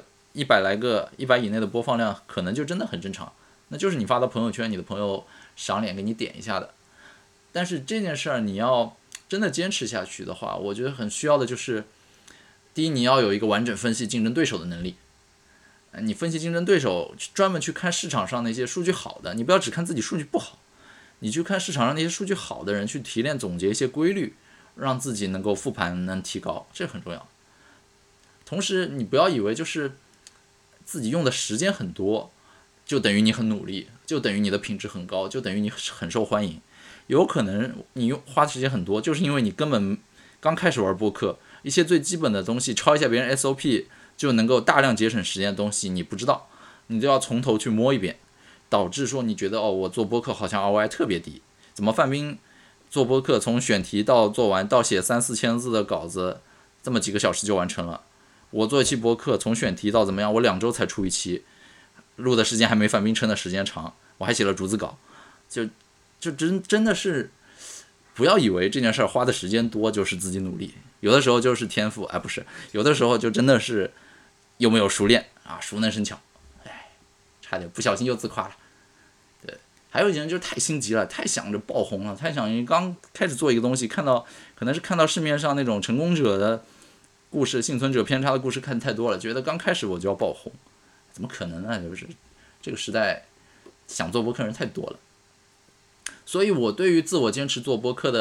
100以内的播放量，可能就真的很正常。那就是你发到朋友圈，你的朋友赏脸给你点一下的。但是这件事儿你要真的坚持下去的话，我觉得很需要的就是，第一，你要有一个完整分析竞争对手的能力。你分析竞争对手，专门去看市场上那些数据好的，你不要只看自己数据不好，你去看市场上那些数据好的人，去提炼总结一些规律，让自己能够复盘能提高，这很重要。同时，你不要以为就是自己用的时间很多，就等于你很努力，就等于你的品质很高，就等于你很受欢迎。有可能你花的时间很多，就是因为你根本刚开始玩播客，一些最基本的东西，抄一下别人 SOP 就能够大量节省时间的东西你不知道，你就要从头去摸一遍，导致说你觉得我做播客好像 ROI 特别低。怎么范冰做播客从选题到做完到写3-4千字的稿子，这么几个小时就完成了？我做一期播客从选题到怎么样，我2周才出一期，录的时间还没范冰撑的时间长，我还写了逐字稿，就真的是不要以为这件事儿花的时间多就是自己努力，有的时候就是天赋，不是，有的时候就真的是有没有熟练熟能生巧，差点不小心又自夸了。对，还有一些人就是太心急了，太想着爆红了，太想刚开始做一个东西，可能是看到市面上那种成功者的故事、幸存者偏差的故事看太多了，觉得刚开始我就要爆红，怎么可能呢？就是这个时代想做播客人太多了。所以我对于自我坚持做播客的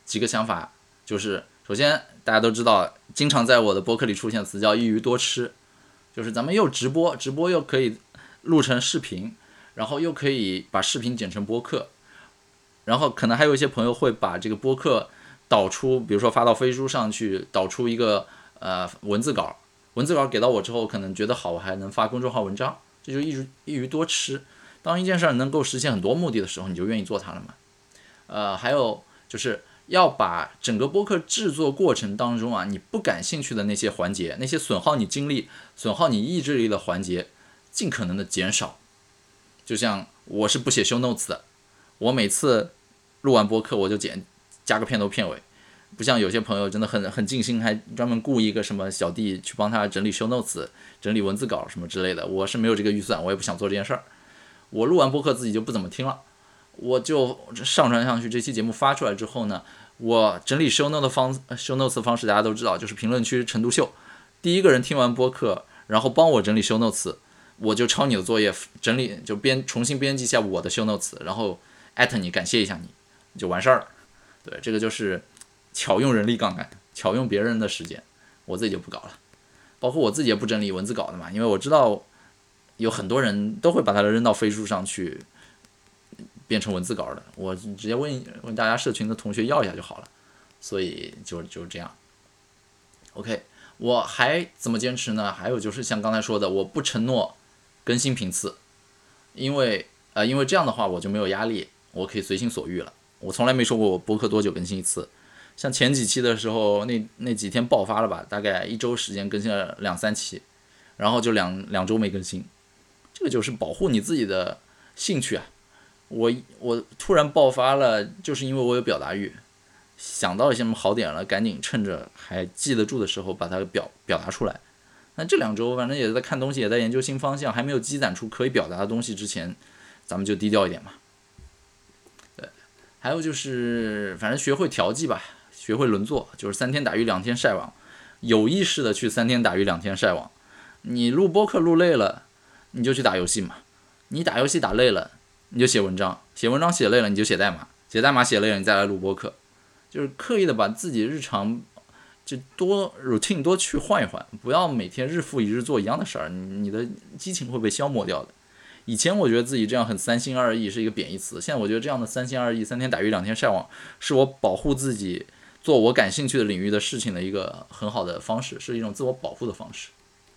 几个想法，就是首先大家都知道，经常在我的播客里出现的词叫一鱼多吃，就是咱们又直播又可以录成视频，然后又可以把视频剪成播客，然后可能还有一些朋友会把这个播客导出，比如说发到飞书上去，导出一个文字稿给到我之后，可能觉得好，我还能发公众号文章，这就一鱼多吃。当一件事能够实现很多目的的时候，你就愿意做它了嘛。还有就是要把整个播客制作过程当中啊，你不感兴趣的那些环节，那些损耗你精力、损耗你意志力的环节，尽可能的减少。就像我是不写 show notes 的，我每次录完播客我就加个片头片尾，不像有些朋友真的很尽心，还专门雇一个什么小弟去帮他整理 show notes、整理文字稿什么之类的。我是没有这个预算，我也不想做这件事儿。我录完播客自己就不怎么听了，我就上传上去。这期节目发出来之后呢，我整理 show notes 的方式大家都知道，就是评论区程度秀，第一个人听完播客，然后帮我整理 show notes， 我就抄你的作业，整理就重新编辑一下我的 show notes， 然后艾特你，感谢一下你，就完事儿了。对，这个就是巧用人力杠杆，巧用别人的时间，我自己就不搞了。包括我自己也不整理文字稿的嘛，因为我知道有很多人都会把它扔到飞书上去变成文字稿的，我直接问大家社群的同学要一下就好了，所以就这样。OK， 我还怎么坚持呢？还有就是像刚才说的，我不承诺更新频次，因为这样的话我就没有压力，我可以随心所欲了。我从来没说过我播客多久更新一次，像前几期的时候，那几天爆发了吧，大概1周时间更新了2-3期，然后就两周没更新。这个就是保护你自己的兴趣啊！我突然爆发了，就是因为我有表达欲，想到一些什么好点了，赶紧趁着还记得住的时候把它表达出来。那这2周反正也在看东西，也在研究新方向，还没有积攒出可以表达的东西之前，咱们就低调一点嘛。对，还有就是反正学会调剂吧，学会轮作，就是3天打鱼2天晒网，有意识的去3天打鱼2天晒网。你录播客录累了，你就去打游戏嘛，你打游戏打累了，你就写文章，写文章写累了你就写代码，写代码写累了你再来录播客，就是刻意的把自己日常就routine 多去换一换，不要每天日复一日做一样的事儿，你的激情会被消磨掉的。以前我觉得自己这样很三心二意是一个贬义词，现在我觉得这样的三心二意，3天打鱼2天晒网，是我保护自己做我感兴趣的领域的事情的一个很好的方式，是一种自我保护的方式。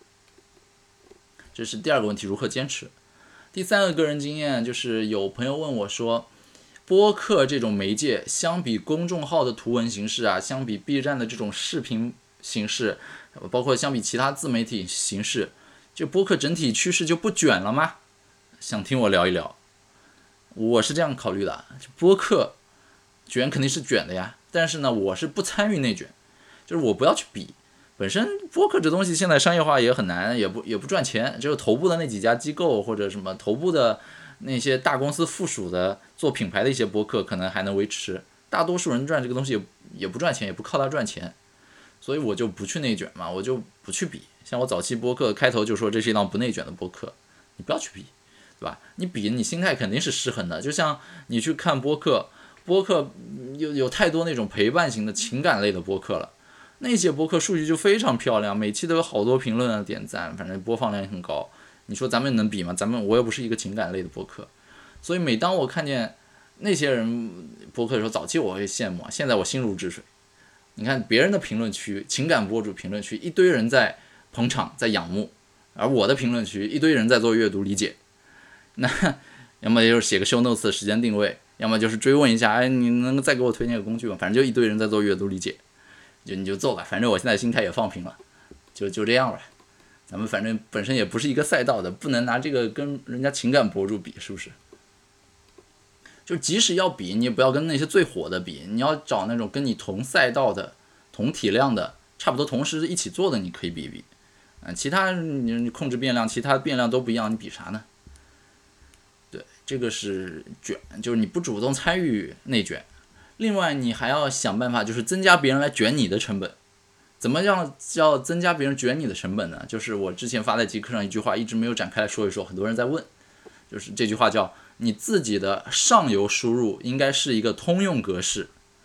这是第2个问题，如何坚持。第3个个人经验就是有朋友问我说，播客这种媒介相比公众号的图文形式啊，相比 B 站的这种视频形式，包括相比其他自媒体形式，这播客整体趋势就不卷了吗？想听我聊一聊。我是这样考虑的，播客卷肯定是卷的呀，但是呢，我是不参与内卷，就是我不要去比。本身播客这东西现在商业化也很难，也不赚钱，只有头部的那几家机构或者什么头部的那些大公司附属的做品牌的一些播客可能还能维持，大多数人赚这个东西也不赚钱，也不靠它赚钱，所以我就不去内卷嘛，我就不去比。像我早期播客开头就说这是一档不内卷的播客，你不要去比，对吧？你比你心态肯定是失衡的。就像你去看播客有太多那种陪伴型的情感类的播客了。那些播客数据就非常漂亮，每期都有好多评论啊、点赞，反正播放量也很高。你说咱们能比吗？我又不是一个情感类的播客，所以每当我看见那些人播客的时候，早期我会羡慕，现在我心如止水。你看别人的评论区，情感博主评论区一堆人在捧场、在仰慕，而我的评论区一堆人在做阅读理解。那要么就是写个 show notes 的时间定位，要么就是追问一下，哎，你能再给我推荐个工具吗？反正就一堆人在做阅读理解。你就做吧，反正我现在心态也放平了，就这样吧。咱们反正本身也不是一个赛道的，不能拿这个跟人家情感博主比，是不是？就即使要比，你也不要跟那些最火的比，你要找那种跟你同赛道的、同体量的、差不多同时一起做的，你可以比一比。其他你控制变量，其他变量都不一样，你比啥呢？对，这个是卷，就是你不主动参与内卷。另外你还要想办法，就是增加别人来卷你的成本。怎么样叫增加别人卷你的成本呢？就是我之前发在极客上一句话，一直没有展开来说一说，很多人在问，就是这句话叫你自己的上游输入应该是一个通用格式，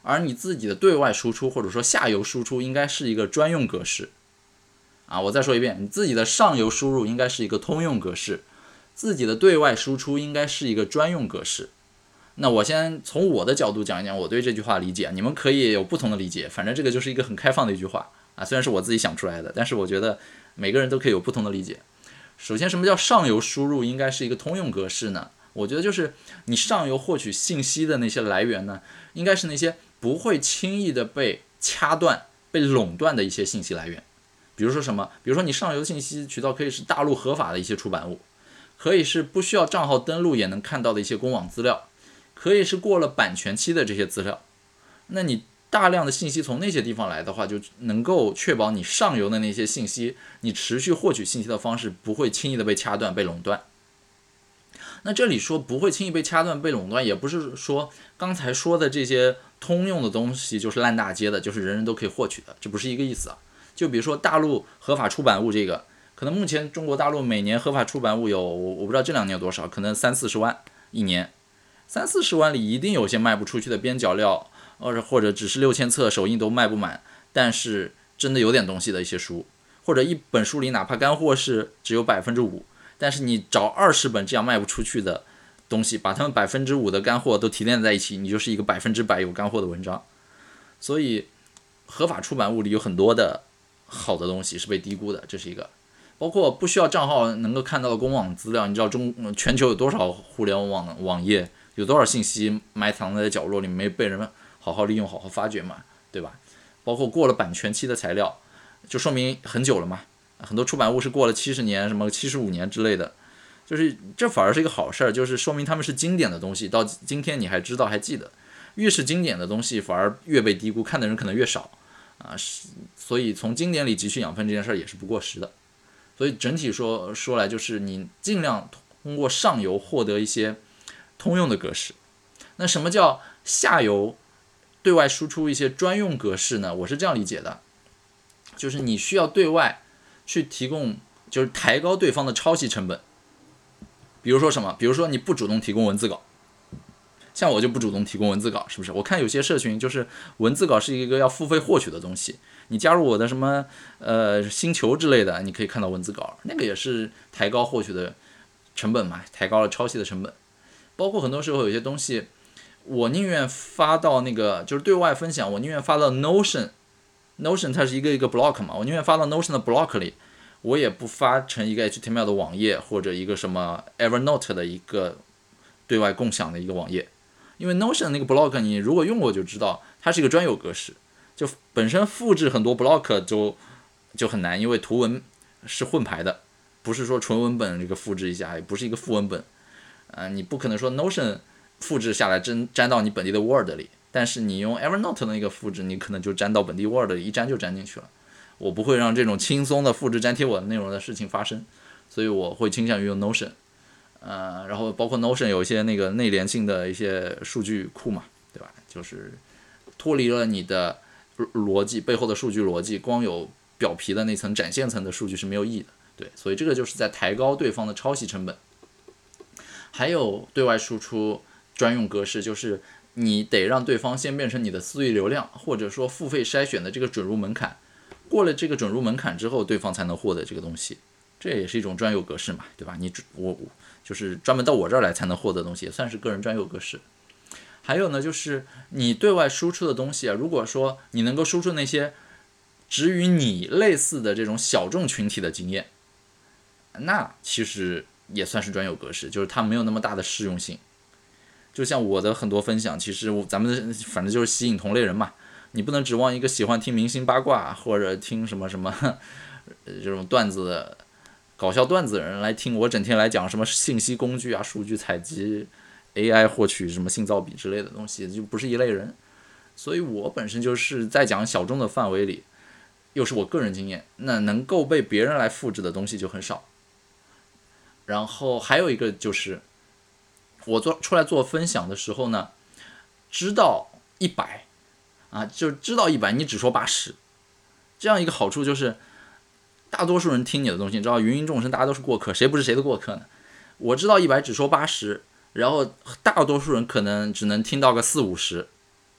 而你自己的对外输出或者说下游输出应该是一个专用格式我再说一遍，你自己的上游输入应该是一个通用格式，自己的对外输出应该是一个专用格式。那我先从我的角度讲一讲我对这句话理解，你们可以有不同的理解，反正这个就是一个很开放的一句话虽然是我自己想出来的，但是我觉得每个人都可以有不同的理解。首先，什么叫上游输入应该是一个通用格式呢？我觉得就是你上游获取信息的那些来源呢，应该是那些不会轻易的被掐断、被垄断的一些信息来源。比如说什么？比如说你上游信息渠道可以是大陆合法的一些出版物，可以是不需要账号登录也能看到的一些公网资料，可以是过了版权期的这些资料。那你大量的信息从那些地方来的话，就能够确保你上游的那些信息，你持续获取信息的方式不会轻易的被掐断、被垄断。那这里说不会轻易被掐断、被垄断，也不是说刚才说的这些通用的东西就是烂大街的，就是人人都可以获取的，这不是一个意思就比如说大陆合法出版物这个，可能目前中国大陆每年合法出版物有，我不知道这2年有多少，可能30-40万一年，30-40万里一定有些卖不出去的边角料，或者只是6000册首印都卖不满，但是真的有点东西的一些书，或者一本书里哪怕干货是只有5%，但是你找20本这样卖不出去的东西，把它们5%的干货都提炼在一起，你就是一个100%有干货的文章。所以合法出版物里有很多的好的东西是被低估的，这是一个。包括不需要账号能够看到的公网资料，你知道全球有多少互联网网页，有多少信息埋藏在角落里没被人好好利用、好好发掘嘛，对吧？包括过了版权期的材料，就说明很久了嘛。很多出版物是过了70年、什么75年之类的，就是这反而是一个好事儿，就是说明他们是经典的东西，到今天你还知道、还记得。越是经典的东西，反而越被低估，看的人可能越少所以从经典里汲取养分这件事儿也是不过时的。所以整体说来，就是你尽量通过上游获得一些通用的格式。那什么叫下游对外输出一些专用格式呢？我是这样理解的，就是你需要对外去提供，就是抬高对方的抄袭成本。比如说什么？比如说你不主动提供文字稿，像我就不主动提供文字稿，是不是？我看有些社群就是文字稿是一个要付费获取的东西，你加入我的什么星球之类的，你可以看到文字稿，那个也是抬高获取的成本嘛，抬高了抄袭的成本。包括很多时候有些东西，我宁愿发到那个就是对外分享，我宁愿发到 Notion 它是一个 block 嘛，我宁愿发到 Notion 的 block 里，我也不发成一个 HTML 的网页或者一个什么 Evernote 的一个对外共享的一个网页。因为 Notion 那个 block 你如果用过就知道，它是一个专有格式，就本身复制很多 block 就很难，因为图文是混排的，不是说纯文本这个复制一下，也不是一个副文本你不可能说 Notion 复制下来粘到你本地的 Word 里，但是你用 Evernote 的那个复制，你可能就粘到本地 Word 里，一粘就粘进去了。我不会让这种轻松的复制粘贴我的内容的事情发生，所以我会倾向于用 Notion。然后包括 Notion 有一些那个内连性的一些数据库嘛，对吧？就是脱离了你的逻辑背后的数据逻辑，光有表皮的那层展现层的数据是没有意义的。对，所以这个就是在抬高对方的抄袭成本。还有对外输出专用格式，就是你得让对方先变成你的私域流量，或者说付费筛选的这个准入门槛，过了这个准入门槛之后，对方才能获得这个东西。这也是一种专有格式嘛，对吧？我就是专门到我这儿来才能获得的东西，也算是个人专有格式。还有呢，就是你对外输出的东西如果说你能够输出那些只与你类似的这种小众群体的经验，那其实也算是专有格式，就是它没有那么大的适用性。就像我的很多分享，其实咱们反正就是吸引同类人嘛，你不能指望一个喜欢听明星八卦或者听什么什么这种段子的搞笑段子的人来听我整天来讲什么信息工具数据采集 AI 获取什么信噪比之类的东西，就不是一类人。所以我本身就是在讲小众的范围里，又是我个人经验，那能够被别人来复制的东西就很少。然后还有一个就是我出来做分享的时候呢，知道100就知道100，你只说80，这样一个好处就是大多数人听你的东西，你知道芸芸众生大家都是过客，谁不是谁的过客呢？我知道100只说80，然后大多数人可能只能听到个40-50，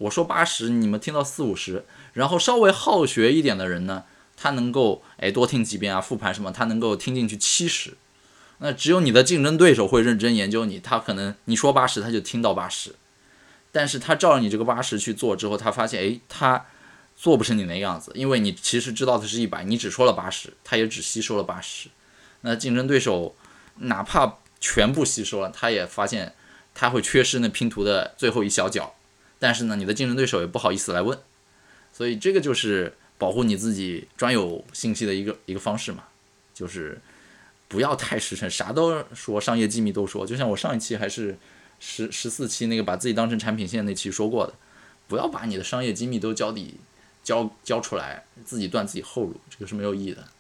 我说80，你们听到40-50，然后稍微好学一点的人呢，他能够多听几遍啊，复盘什么，他能够听进去70。那只有你的竞争对手会认真研究你，他可能你说80，他就听到80，但是他照着你这个80去做之后，他发现他做不成你那样子，因为你其实知道的是100，你只说了80，他也只吸收了80。那竞争对手哪怕全部吸收了，他也发现他会缺失那拼图的最后一小角，但是呢，你的竞争对手也不好意思来问，所以这个就是保护你自己专有信息的一个方式嘛，就是不要太实诚，啥都说，商业机密都说。就像我上一期还是14期那个把自己当成产品线那期说过的，不要把你的商业机密都交出来，自己断自己后路，这个是没有意义的。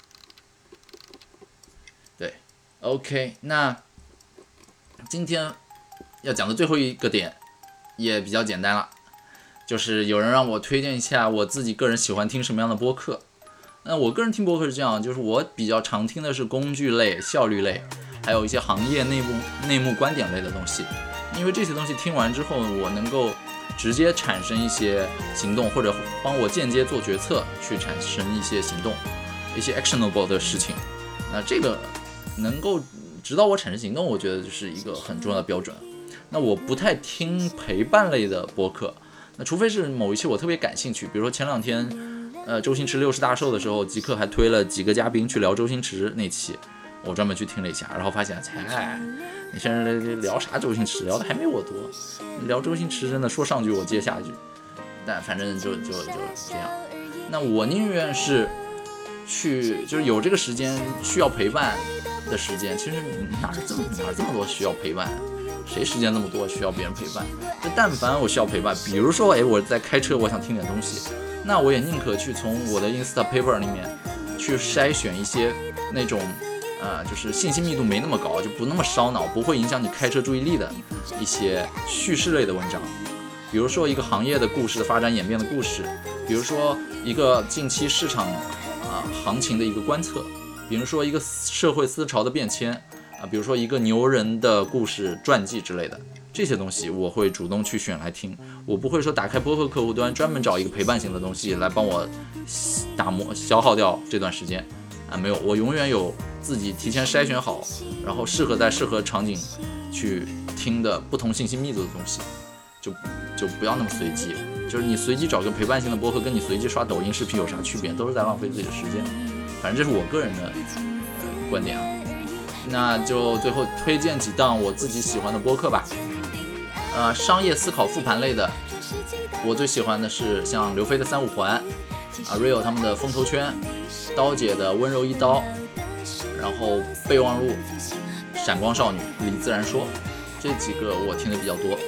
对 ，OK， 那今天要讲的最后一个点也比较简单了，就是有人让我推荐一下我自己个人喜欢听什么样的播客。那我个人听播客是这样，就是我比较常听的是工具类、效率类，还有一些行业内幕观点类的东西，因为这些东西听完之后，我能够直接产生一些行动，或者帮我间接做决策，去产生一些行动，一些 actionable 的事情。那这个能够指导我产生行动，我觉得就是一个很重要的标准。那我不太听陪伴类的播客，那除非是某一期我特别感兴趣，比如说前2天周星驰60大寿的时候，极客还推了几个嘉宾去聊周星驰那期，我专门去听了一下，然后发现你现在聊啥周星驰，聊的还没我多，聊周星驰真的说上句我接下句，但反正就这样。那我宁愿是就是有这个时间需要陪伴的时间，其实哪这么多需要陪伴，谁时间那么多需要别人陪伴？就但凡我需要陪伴，比如说我在开车，我想听点东西，那我也宁可去从我的 Instapaper 里面去筛选一些那种就是信息密度没那么高，就不那么烧脑，不会影响你开车注意力的一些叙事类的文章。比如说一个行业的故事的发展演变的故事，比如说一个近期市场行情的一个观测，比如说一个社会思潮的变迁比如说一个牛人的故事传记之类的，这些东西我会主动去选来听，我不会说打开播客客户端专门找一个陪伴型的东西来帮我消耗掉这段时间没有，我永远有自己提前筛选好，然后适合场景去听的不同信息密度的东西，就不要那么随机，就是你随机找个陪伴型的播客，跟你随机刷抖音视频有啥区别？都是在浪费自己的时间。反正这是我个人的观点那就最后推荐几档我自己喜欢的播客吧。商业思考复盘类的，我最喜欢的是像刘飞的3-5环，Real 他们的风投圈，刀姐的温柔一刀，然后备忘录、闪光少女、李自然说，这几个我听的比较多。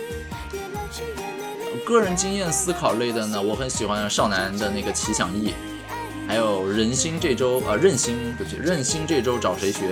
个人经验思考类的呢，我很喜欢少男的那个奇想义，还有任性这周找谁学。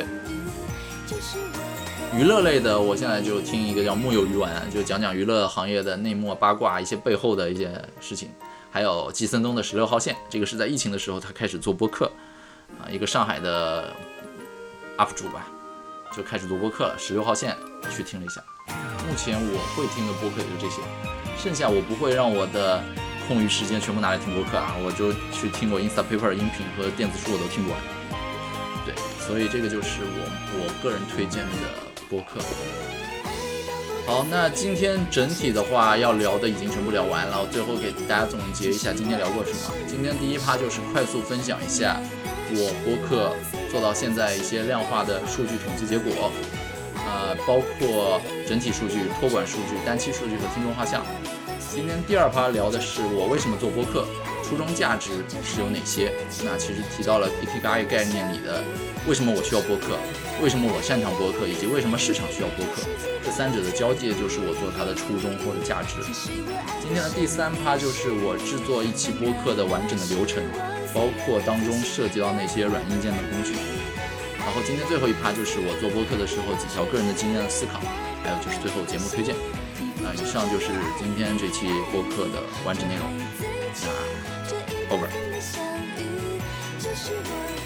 娱乐类的，我现在就听一个叫木有鱼丸，就讲娱乐行业的内幕八卦，一些背后的一些事情。还有季森东的16号线，这个是在疫情的时候他开始做播客一个上海的 UP 主吧，就开始做播客了。16号线去听了一下，目前我会听的播客也就这些，剩下我不会让我的空余时间全部拿来听播客我就去听我 Instapaper 音频和电子书我都听不完。对，所以这个就是我个人推荐的播客。好，那今天整体的话要聊的已经全部聊完了，我最后给大家总结一下今天聊过什么。今天第一趴就是快速分享一下我播客做到现在一些量化的数据统计结果包括整体数据、托管数据、单期数据和听众画像。今天第二趴聊的是我为什么做播客，初衷价值是有哪些。那其实提到了 Ikigai 概念里的为什么我需要播客，为什么我擅长播客，以及为什么市场需要播客，这三者的交界就是我做它的初衷或者价值。今天的第三趴就是我制作一期播客的完整的流程，包括当中涉及到那些软硬件的工具。然后今天最后一趴就是我做播客的时候几条个人的经验的思考，还有就是最后节目推荐。以上就是今天这期播客的完整内容。over。